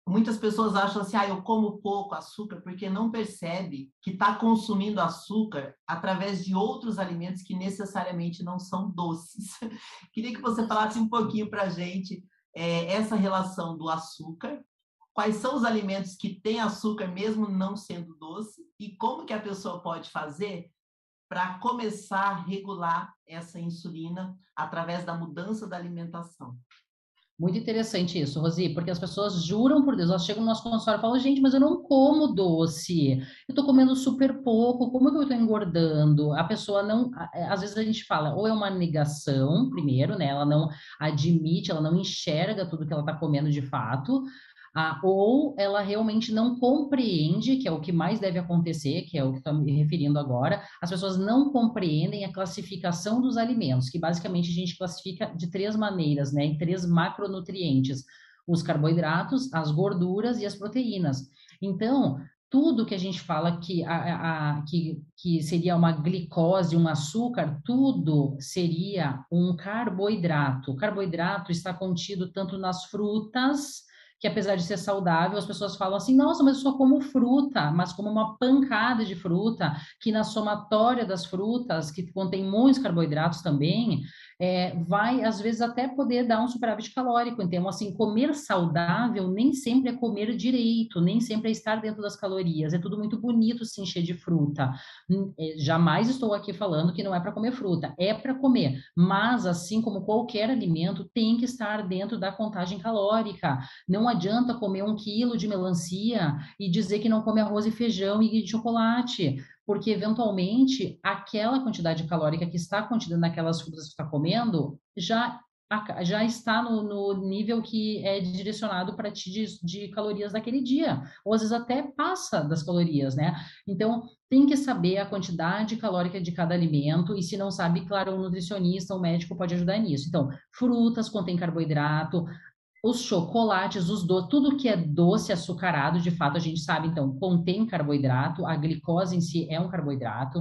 muitas pessoas acham assim, eu como pouco açúcar, porque não percebe que está consumindo açúcar através de outros alimentos que necessariamente não são doces. Queria que você falasse um pouquinho para a gente essa relação do açúcar, quais são os alimentos que têm açúcar mesmo não sendo doce e como que a pessoa pode fazer para começar a regular essa insulina através da mudança da alimentação. Muito interessante isso, Rosi, porque as pessoas juram por Deus, elas chegam no nosso consultório e falam, gente, mas eu não como doce, eu tô comendo super pouco, como que eu tô engordando? A pessoa não, às vezes a gente fala, ou é uma negação, primeiro, né, ela não admite, ela não enxerga tudo que ela tá comendo de fato, ou ela realmente não compreende, que é o que mais deve acontecer, que é o que estou me referindo agora, as pessoas não compreendem a classificação dos alimentos, que basicamente a gente classifica de 3 maneiras, né, em 3 macronutrientes: os carboidratos, as gorduras e as proteínas. Então, tudo que a gente fala que seria uma glicose, um açúcar, tudo seria um carboidrato. O carboidrato está contido tanto nas frutas, que apesar de ser saudável, as pessoas falam assim, nossa, mas eu só como fruta, mas como uma pancada de fruta, que na somatória das frutas, que contém muitos carboidratos também, vai, às vezes, até poder dar um superávit calórico. Então, assim, comer saudável nem sempre é comer direito, nem sempre é estar dentro das calorias. É tudo muito bonito se encher de fruta. Jamais estou aqui falando que não é para comer fruta, é para comer. Mas, assim como qualquer alimento, tem que estar dentro da contagem calórica. Não adianta comer 1 quilo de melancia e dizer que não come arroz e feijão e chocolate, porque eventualmente aquela quantidade calórica que está contida naquelas frutas que está comendo já está no nível que é direcionado para ti de calorias daquele dia, ou às vezes até passa das calorias, né? Então, tem que saber a quantidade calórica de cada alimento, e se não sabe, claro, um nutricionista, um médico pode ajudar nisso. Então, frutas contêm carboidrato, os chocolates, os doces, tudo que é doce, açucarado, de fato, a gente sabe, então, contém carboidrato, a glicose em si é um carboidrato,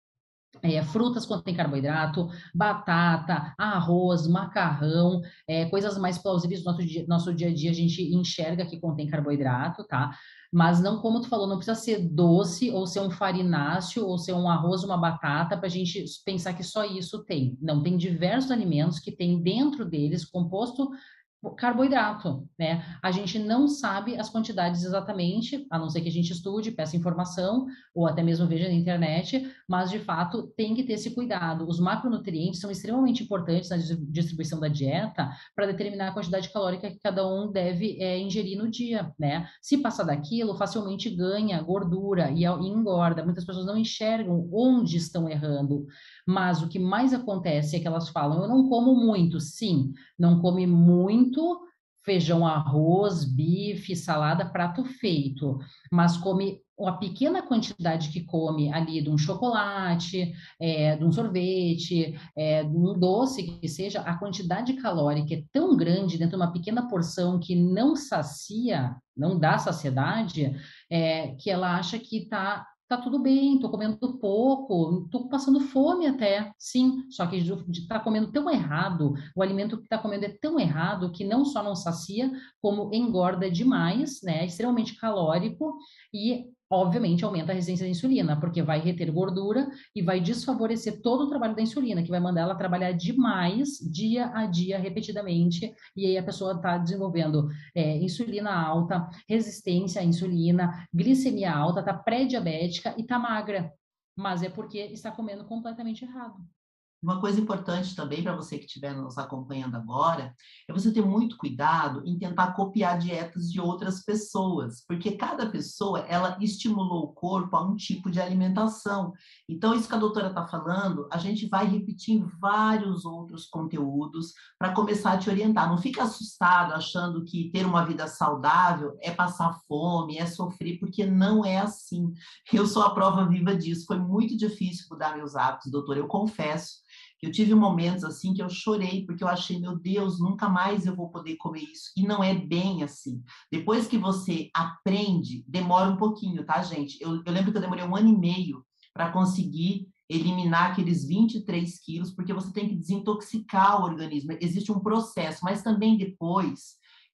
frutas contêm carboidrato, batata, arroz, macarrão, coisas mais plausíveis do nosso dia a dia, a gente enxerga que contém carboidrato, tá? Mas não, como tu falou, não precisa ser doce, ou ser um farináceo, ou ser um arroz, uma batata, para a gente pensar que só isso tem. Não, tem diversos alimentos que tem dentro deles composto carboidrato, né? A gente não sabe as quantidades exatamente, a não ser que a gente estude, peça informação, ou até mesmo veja na internet, mas de fato tem que ter esse cuidado. Os macronutrientes são extremamente importantes na distribuição da dieta para determinar a quantidade calórica que cada um deve ingerir no dia, né? Se passar daquilo, facilmente ganha gordura e engorda. Muitas pessoas não enxergam onde estão errando, mas o que mais acontece é que elas falam, eu não como muito, sim, não come muito feijão, arroz, bife, salada, prato feito, mas come a pequena quantidade que come ali de um chocolate, de um sorvete, de um doce que seja, a quantidade calórica é tão grande dentro de uma pequena porção que não sacia, não dá saciedade, que ela acha que tá tudo bem, tô comendo pouco, tô passando fome até, sim, só que tá comendo tão errado, o alimento que tá comendo é tão errado que não só não sacia, como engorda demais, né, é extremamente calórico e, obviamente, aumenta a resistência à insulina, porque vai reter gordura e vai desfavorecer todo o trabalho da insulina, que vai mandar ela trabalhar demais, dia a dia, repetidamente, e aí a pessoa está desenvolvendo insulina alta, resistência à insulina, glicemia alta, está pré-diabética e está magra. Mas é porque está comendo completamente errado. Uma coisa importante também para você que estiver nos acompanhando agora é você ter muito cuidado em tentar copiar dietas de outras pessoas, porque cada pessoa ela estimulou o corpo a um tipo de alimentação. Então, isso que a doutora está falando, a gente vai repetir em vários outros conteúdos para começar a te orientar. Não fica assustado achando que ter uma vida saudável é passar fome, é sofrer, porque não é assim. Eu sou a prova viva disso. Foi muito difícil mudar meus hábitos, doutora, eu confesso. Eu tive momentos assim que eu chorei, porque eu achei, meu Deus, nunca mais eu vou poder comer isso. E não é bem assim. Depois que você aprende, demora um pouquinho, tá, gente? Eu lembro que eu demorei 1 ano e meio para conseguir eliminar aqueles 23 quilos, porque você tem que desintoxicar o organismo. Existe um processo, mas também depois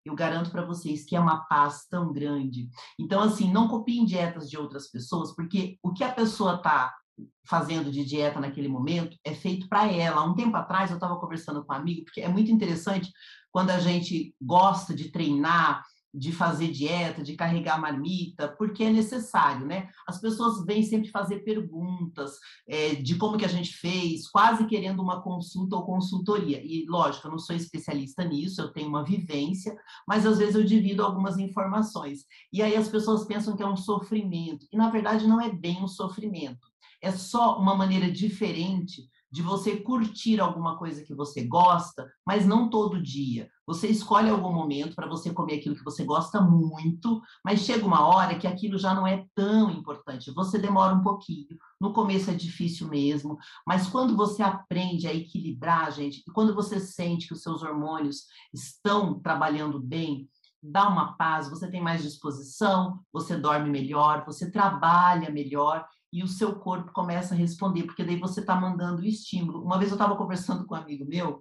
eu garanto para vocês que é uma paz tão grande. Então, assim, não copiem dietas de outras pessoas, porque o que a pessoa está fazendo de dieta naquele momento é feito para ela. Um tempo atrás eu estava conversando com um amigo, porque é muito interessante quando a gente gosta de treinar, de fazer dieta, de carregar marmita, porque é necessário, né? As pessoas vêm sempre fazer perguntas de como que a gente fez, quase querendo uma consulta ou consultoria. E, lógico, eu não sou especialista nisso, eu tenho uma vivência, mas às vezes eu divido algumas informações. E aí as pessoas pensam que é um sofrimento, e na verdade não é bem um sofrimento. É só uma maneira diferente de você curtir alguma coisa que você gosta, mas não todo dia. Você escolhe algum momento para você comer aquilo que você gosta muito, mas chega uma hora que aquilo já não é tão importante. Você demora um pouquinho. No começo é difícil mesmo, mas quando você aprende a equilibrar, gente, e quando você sente que os seus hormônios estão trabalhando bem, dá uma paz, você tem mais disposição, você dorme melhor, você trabalha melhor e o seu corpo começa a responder, porque daí você está mandando o estímulo. Uma vez eu estava conversando com um amigo meu,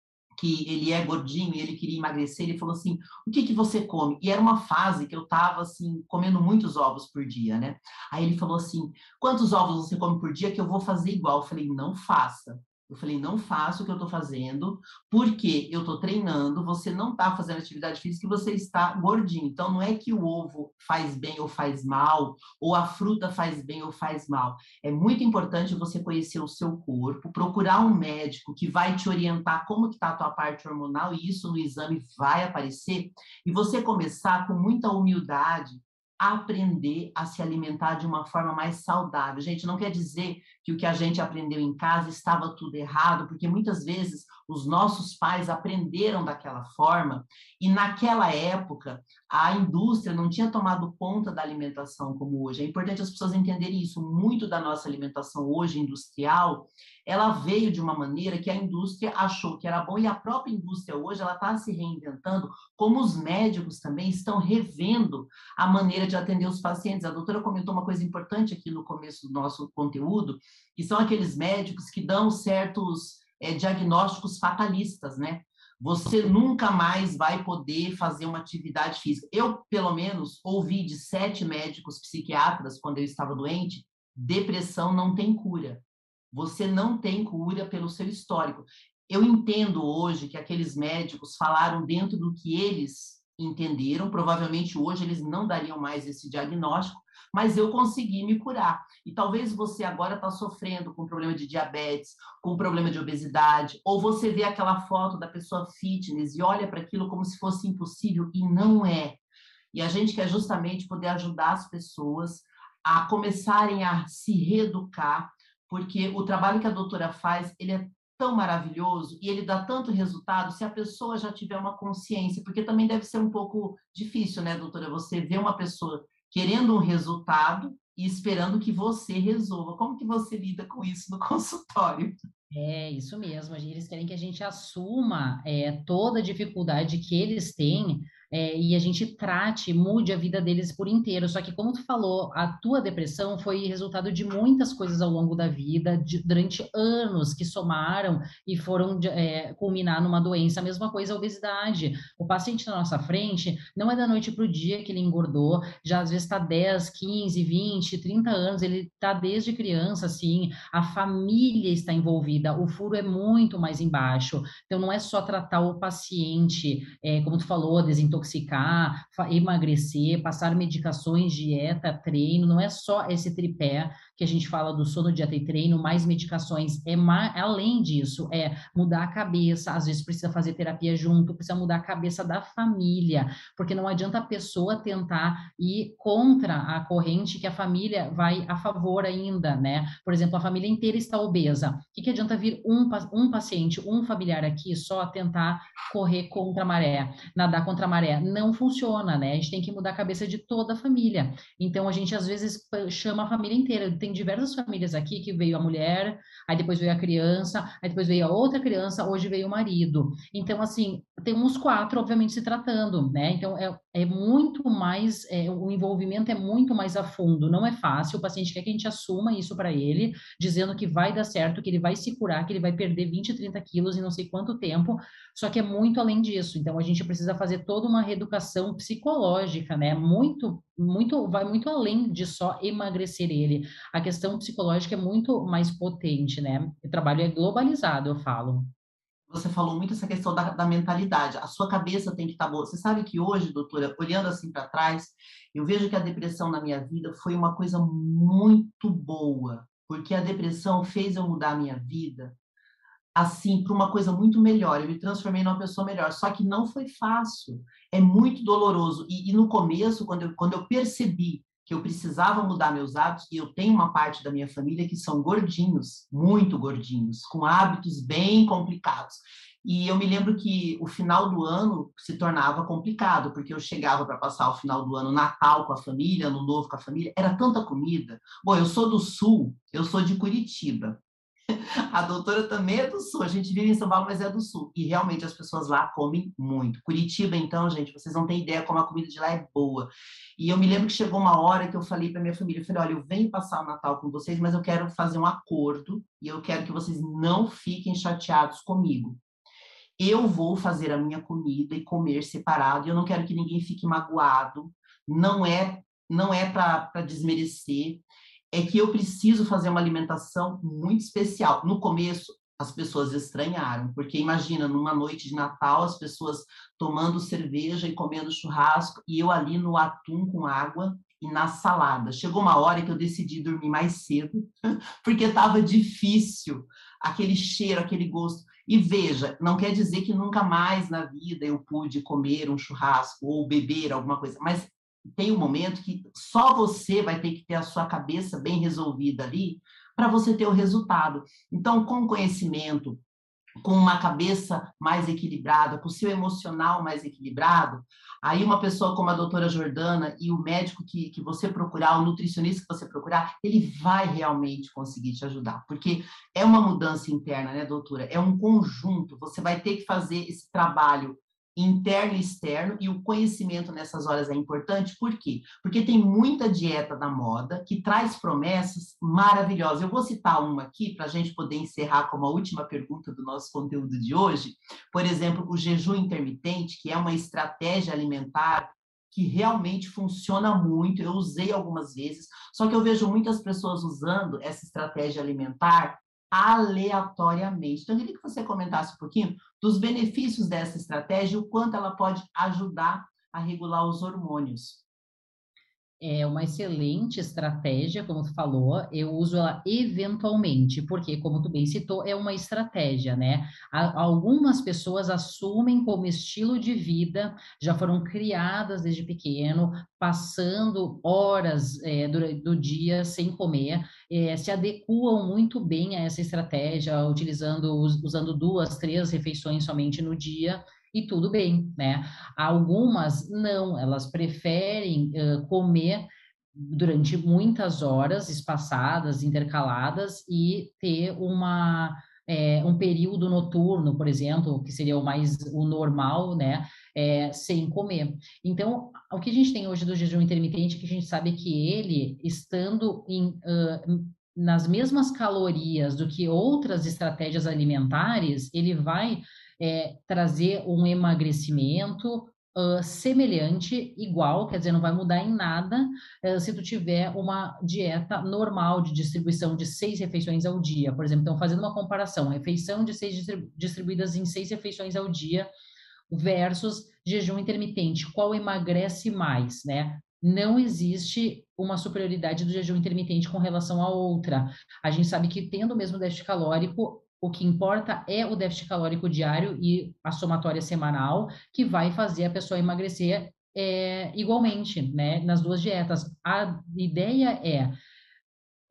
que ele é gordinho e ele queria emagrecer, ele falou assim, o que que você come? E era uma fase que eu estava, assim, comendo muitos ovos por dia, né? Aí ele falou assim, quantos ovos você come por dia que eu vou fazer igual? Eu falei, não faça. Eu falei, não faça o que eu estou fazendo, porque eu estou treinando, você não está fazendo atividade física e você está gordinho. Então, não é que o ovo faz bem ou faz mal, ou a fruta faz bem ou faz mal. É muito importante você conhecer o seu corpo, procurar um médico que vai te orientar como que está a tua parte hormonal, e isso no exame vai aparecer, e você começar com muita humildade a aprender a se alimentar de uma forma mais saudável. Gente, não quer dizer que o que a gente aprendeu em casa estava tudo errado, porque muitas vezes os nossos pais aprenderam daquela forma e naquela época a indústria não tinha tomado conta da alimentação como hoje. É importante as pessoas entenderem isso. Muito da nossa alimentação hoje industrial, ela veio de uma maneira que a indústria achou que era bom e a própria indústria hoje ela está se reinventando, como os médicos também estão revendo a maneira de atender os pacientes. A doutora comentou uma coisa importante aqui no começo do nosso conteúdo, que são aqueles médicos que dão certos diagnósticos fatalistas, né? Você nunca mais vai poder fazer uma atividade física. Eu, pelo menos, ouvi de 7 médicos psiquiatras, quando eu estava doente, depressão não tem cura. Você não tem cura pelo seu histórico. Eu entendo hoje que aqueles médicos falaram dentro do que eles entenderam, provavelmente hoje eles não dariam mais esse diagnóstico, mas eu consegui me curar. E talvez você agora está sofrendo com problema de diabetes, com problema de obesidade, ou você vê aquela foto da pessoa fitness e olha para aquilo como se fosse impossível, e não é. E a gente quer justamente poder ajudar as pessoas a começarem a se reeducar, porque o trabalho que a doutora faz, ele é tão maravilhoso e ele dá tanto resultado se a pessoa já tiver uma consciência, porque também deve ser um pouco difícil, né, doutora? Você vê uma pessoa querendo um resultado e esperando que você resolva. Como que você lida com isso no consultório? É isso mesmo, eles querem que a gente assuma toda a dificuldade que eles têm e a gente trate, mude a vida deles por inteiro. Só que, como tu falou, a tua depressão foi resultado de muitas coisas ao longo da vida, durante anos que somaram e foram culminar numa doença. A mesma coisa a obesidade. O paciente na nossa frente não é da noite para o dia que ele engordou, já às vezes está 10, 15, 20, 30 anos, ele está desde criança, assim, a família está envolvida, o furo é muito mais embaixo. Então, não é só tratar o paciente, como tu falou, desintoxicar, emagrecer, passar medicações, dieta, treino, não é só esse tripé que a gente fala do sono, dieta e treino, mais medicações, além disso, é mudar a cabeça, às vezes precisa fazer terapia junto, precisa mudar a cabeça da família, porque não adianta a pessoa tentar ir contra a corrente que a família vai a favor ainda, né? Por exemplo, a família inteira está obesa. O que adianta vir um paciente, um familiar aqui só tentar correr contra a maré, nadar contra a maré? Não funciona, né? A gente tem que mudar a cabeça de toda a família. Então, a gente às vezes chama a família inteira. tem diversas famílias aqui que veio a mulher, aí depois veio a criança, aí depois veio a outra criança, hoje veio o marido. Então, assim, tem uns 4, obviamente, se tratando, né? Então, é muito mais, o envolvimento é muito mais a fundo, não é fácil. O paciente quer que a gente assuma isso para ele, dizendo que vai dar certo, que ele vai se curar, que ele vai perder 20, 30 quilos em não sei quanto tempo, só que é muito além disso. Então, a gente precisa fazer toda uma reeducação psicológica, né? Vai muito além de só emagrecer ele. A questão psicológica é muito mais potente, né? O trabalho é globalizado, eu falo. Você falou muito essa questão da mentalidade. A sua cabeça tem que estar boa. Você sabe que hoje, doutora, olhando assim para trás, eu vejo que a depressão na minha vida foi uma coisa muito boa, porque a depressão fez eu mudar a minha vida assim para uma coisa muito melhor. Eu me transformei numa pessoa melhor. Só que não foi fácil. É muito doloroso. E no começo, quando eu percebi que eu precisava mudar meus hábitos, e eu tenho uma parte da minha família que são gordinhos, muito gordinhos, com hábitos bem complicados. E eu me lembro que o final do ano se tornava complicado, porque eu chegava para passar o final do ano, Natal com a família, Ano Novo com a família, era tanta comida. Bom, eu sou do Sul, eu sou de Curitiba. A doutora também é do Sul. A gente vive em São Paulo, mas é do Sul. E realmente as pessoas lá comem muito. Curitiba, então, gente, vocês não têm ideia como a comida de lá é boa. E eu me lembro que chegou uma hora que eu falei para minha família, eu falei, olha, eu venho passar o Natal com vocês, mas eu quero fazer um acordo e eu quero que vocês não fiquem chateados comigo. Eu vou fazer a minha comida e comer separado, e eu não quero que ninguém fique magoado. Não é para desmerecer, é que eu preciso fazer uma alimentação muito especial. No começo, as pessoas estranharam, porque imagina, numa noite de Natal, as pessoas tomando cerveja e comendo churrasco, e eu ali no atum com água e na salada. Chegou uma hora que eu decidi dormir mais cedo, porque estava difícil aquele cheiro, aquele gosto. E veja, não quer dizer que nunca mais na vida eu pude comer um churrasco ou beber alguma coisa, mas tem um momento que só você vai ter que ter a sua cabeça bem resolvida ali para você ter o resultado. Então, com conhecimento, com uma cabeça mais equilibrada, com o seu emocional mais equilibrado, aí uma pessoa como a doutora Jordana e o médico que você procurar, o nutricionista que você procurar, ele vai realmente conseguir te ajudar, porque é uma mudança interna, né, doutora? É um conjunto, você vai ter que fazer esse trabalho interno e externo, e o conhecimento nessas horas é importante, por quê? Porque tem muita dieta da moda que traz promessas maravilhosas. Eu vou citar uma aqui para a gente poder encerrar com a última pergunta do nosso conteúdo de hoje. Por exemplo, o jejum intermitente, que é uma estratégia alimentar que realmente funciona muito. Eu usei algumas vezes, só que eu vejo muitas pessoas usando essa estratégia alimentar aleatoriamente. Então, eu queria que você comentasse um pouquinho dos benefícios dessa estratégia e o quanto ela pode ajudar a regular os hormônios. É uma excelente estratégia, como tu falou, eu uso ela eventualmente, porque, como tu bem citou, é uma estratégia, né? Algumas pessoas assumem como estilo de vida, já foram criadas desde pequeno, passando horas do dia sem comer, se adequam muito bem a essa estratégia, usando 2, 3 refeições somente no dia, e tudo bem, né? Algumas não, elas preferem comer durante muitas horas espaçadas, intercaladas e ter um período noturno, por exemplo, que seria o normal, né, sem comer. Então, o que a gente tem hoje do jejum intermitente, que a gente sabe que ele, estando nas mesmas calorias do que outras estratégias alimentares, ele vai trazer um emagrecimento semelhante, igual, quer dizer, não vai mudar em nada se tu tiver uma dieta normal de distribuição de 6 refeições ao dia, por exemplo. Então, fazendo uma comparação, refeição de 6 distribuídas em 6 refeições ao dia versus jejum intermitente, qual emagrece mais, né? Não existe uma superioridade do jejum intermitente com relação à outra. A gente sabe que tendo o mesmo déficit calórico, o que importa é o déficit calórico diário e a somatória semanal, que vai fazer a pessoa emagrecer igualmente, né, nas duas dietas. A ideia é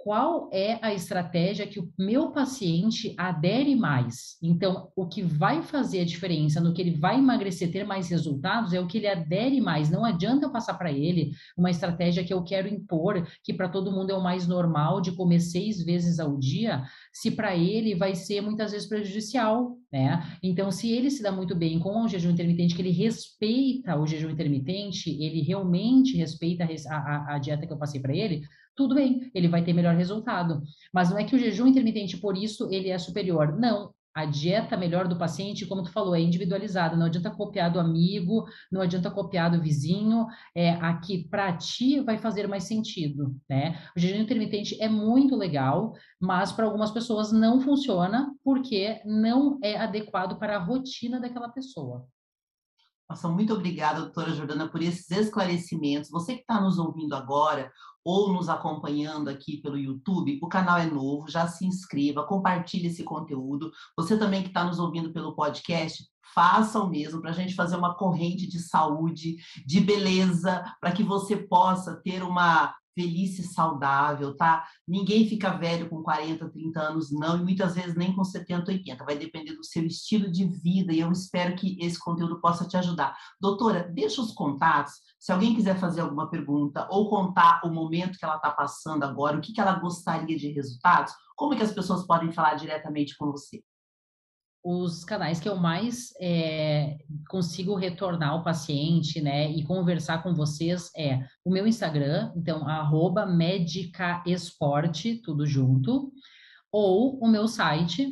qual é a estratégia que o meu paciente adere mais. Então, o que vai fazer a diferença no que ele vai emagrecer, ter mais resultados, é o que ele adere mais. Não adianta eu passar para ele uma estratégia que eu quero impor, que para todo mundo é o mais normal, de comer 6 vezes ao dia, se para ele vai ser muitas vezes prejudicial, né? Então, se ele se dá muito bem com o jejum intermitente, que ele respeita o jejum intermitente, ele realmente respeita a dieta que eu passei para ele, tudo bem, ele vai ter melhor resultado. Mas não é que o jejum intermitente, por isso, ele é superior. Não. A dieta melhor do paciente, como tu falou, é individualizada. Não adianta copiar do amigo, não adianta copiar do vizinho. Aqui, para ti, vai fazer mais sentido, né? O jejum intermitente é muito legal, mas para algumas pessoas não funciona porque não é adequado para a rotina daquela pessoa. Nossa, muito obrigada, doutora Jordana, por esses esclarecimentos. Você que está nos ouvindo agora ou nos acompanhando aqui pelo YouTube, o canal é novo, já se inscreva, compartilhe esse conteúdo. Você também que está nos ouvindo pelo podcast, faça o mesmo para a gente fazer uma corrente de saúde, de beleza, para que você possa ter uma velhice saudável, tá? Ninguém fica velho com 40, 30 anos, não, e muitas vezes nem com 70, 80. Vai depender do seu estilo de vida, e eu espero que esse conteúdo possa te ajudar. Doutora, deixa os contatos, se alguém quiser fazer alguma pergunta ou contar o momento que ela está passando agora, o que ela gostaria de resultados, como é que as pessoas podem falar diretamente com você? Os canais que eu mais consigo retornar o paciente, né, e conversar com vocês é o meu Instagram, então, @medicaesporte, tudo junto, ou o meu site,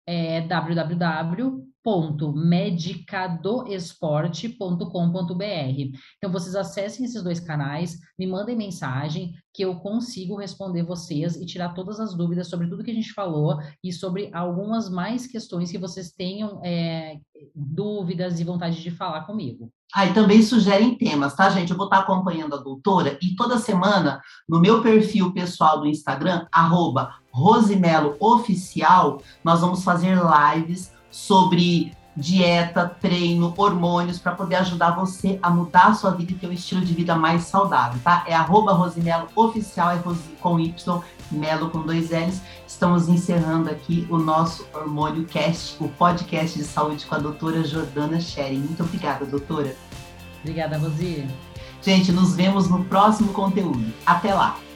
www.medicadoesporte.com.br. Então, vocês acessem esses 2 canais, me mandem mensagem, que eu consigo responder vocês e tirar todas as dúvidas sobre tudo que a gente falou e sobre algumas mais questões que vocês tenham dúvidas e vontade de falar comigo. E também sugerem temas, tá, gente? Eu vou estar acompanhando a doutora e toda semana, no meu perfil pessoal do Instagram, @RosimeloOficial, nós vamos fazer lives sobre dieta, treino, hormônios, para poder ajudar você a mudar a sua vida e ter um estilo de vida mais saudável, tá? É @RosimeloOficial, é Rosi com Y, Melo com 2 L's. Estamos encerrando aqui o nosso Hormônio Cast, o podcast de saúde com a doutora Jordana Schering. Muito obrigada, doutora. Obrigada, Rosi. Gente, nos vemos no próximo conteúdo. Até lá!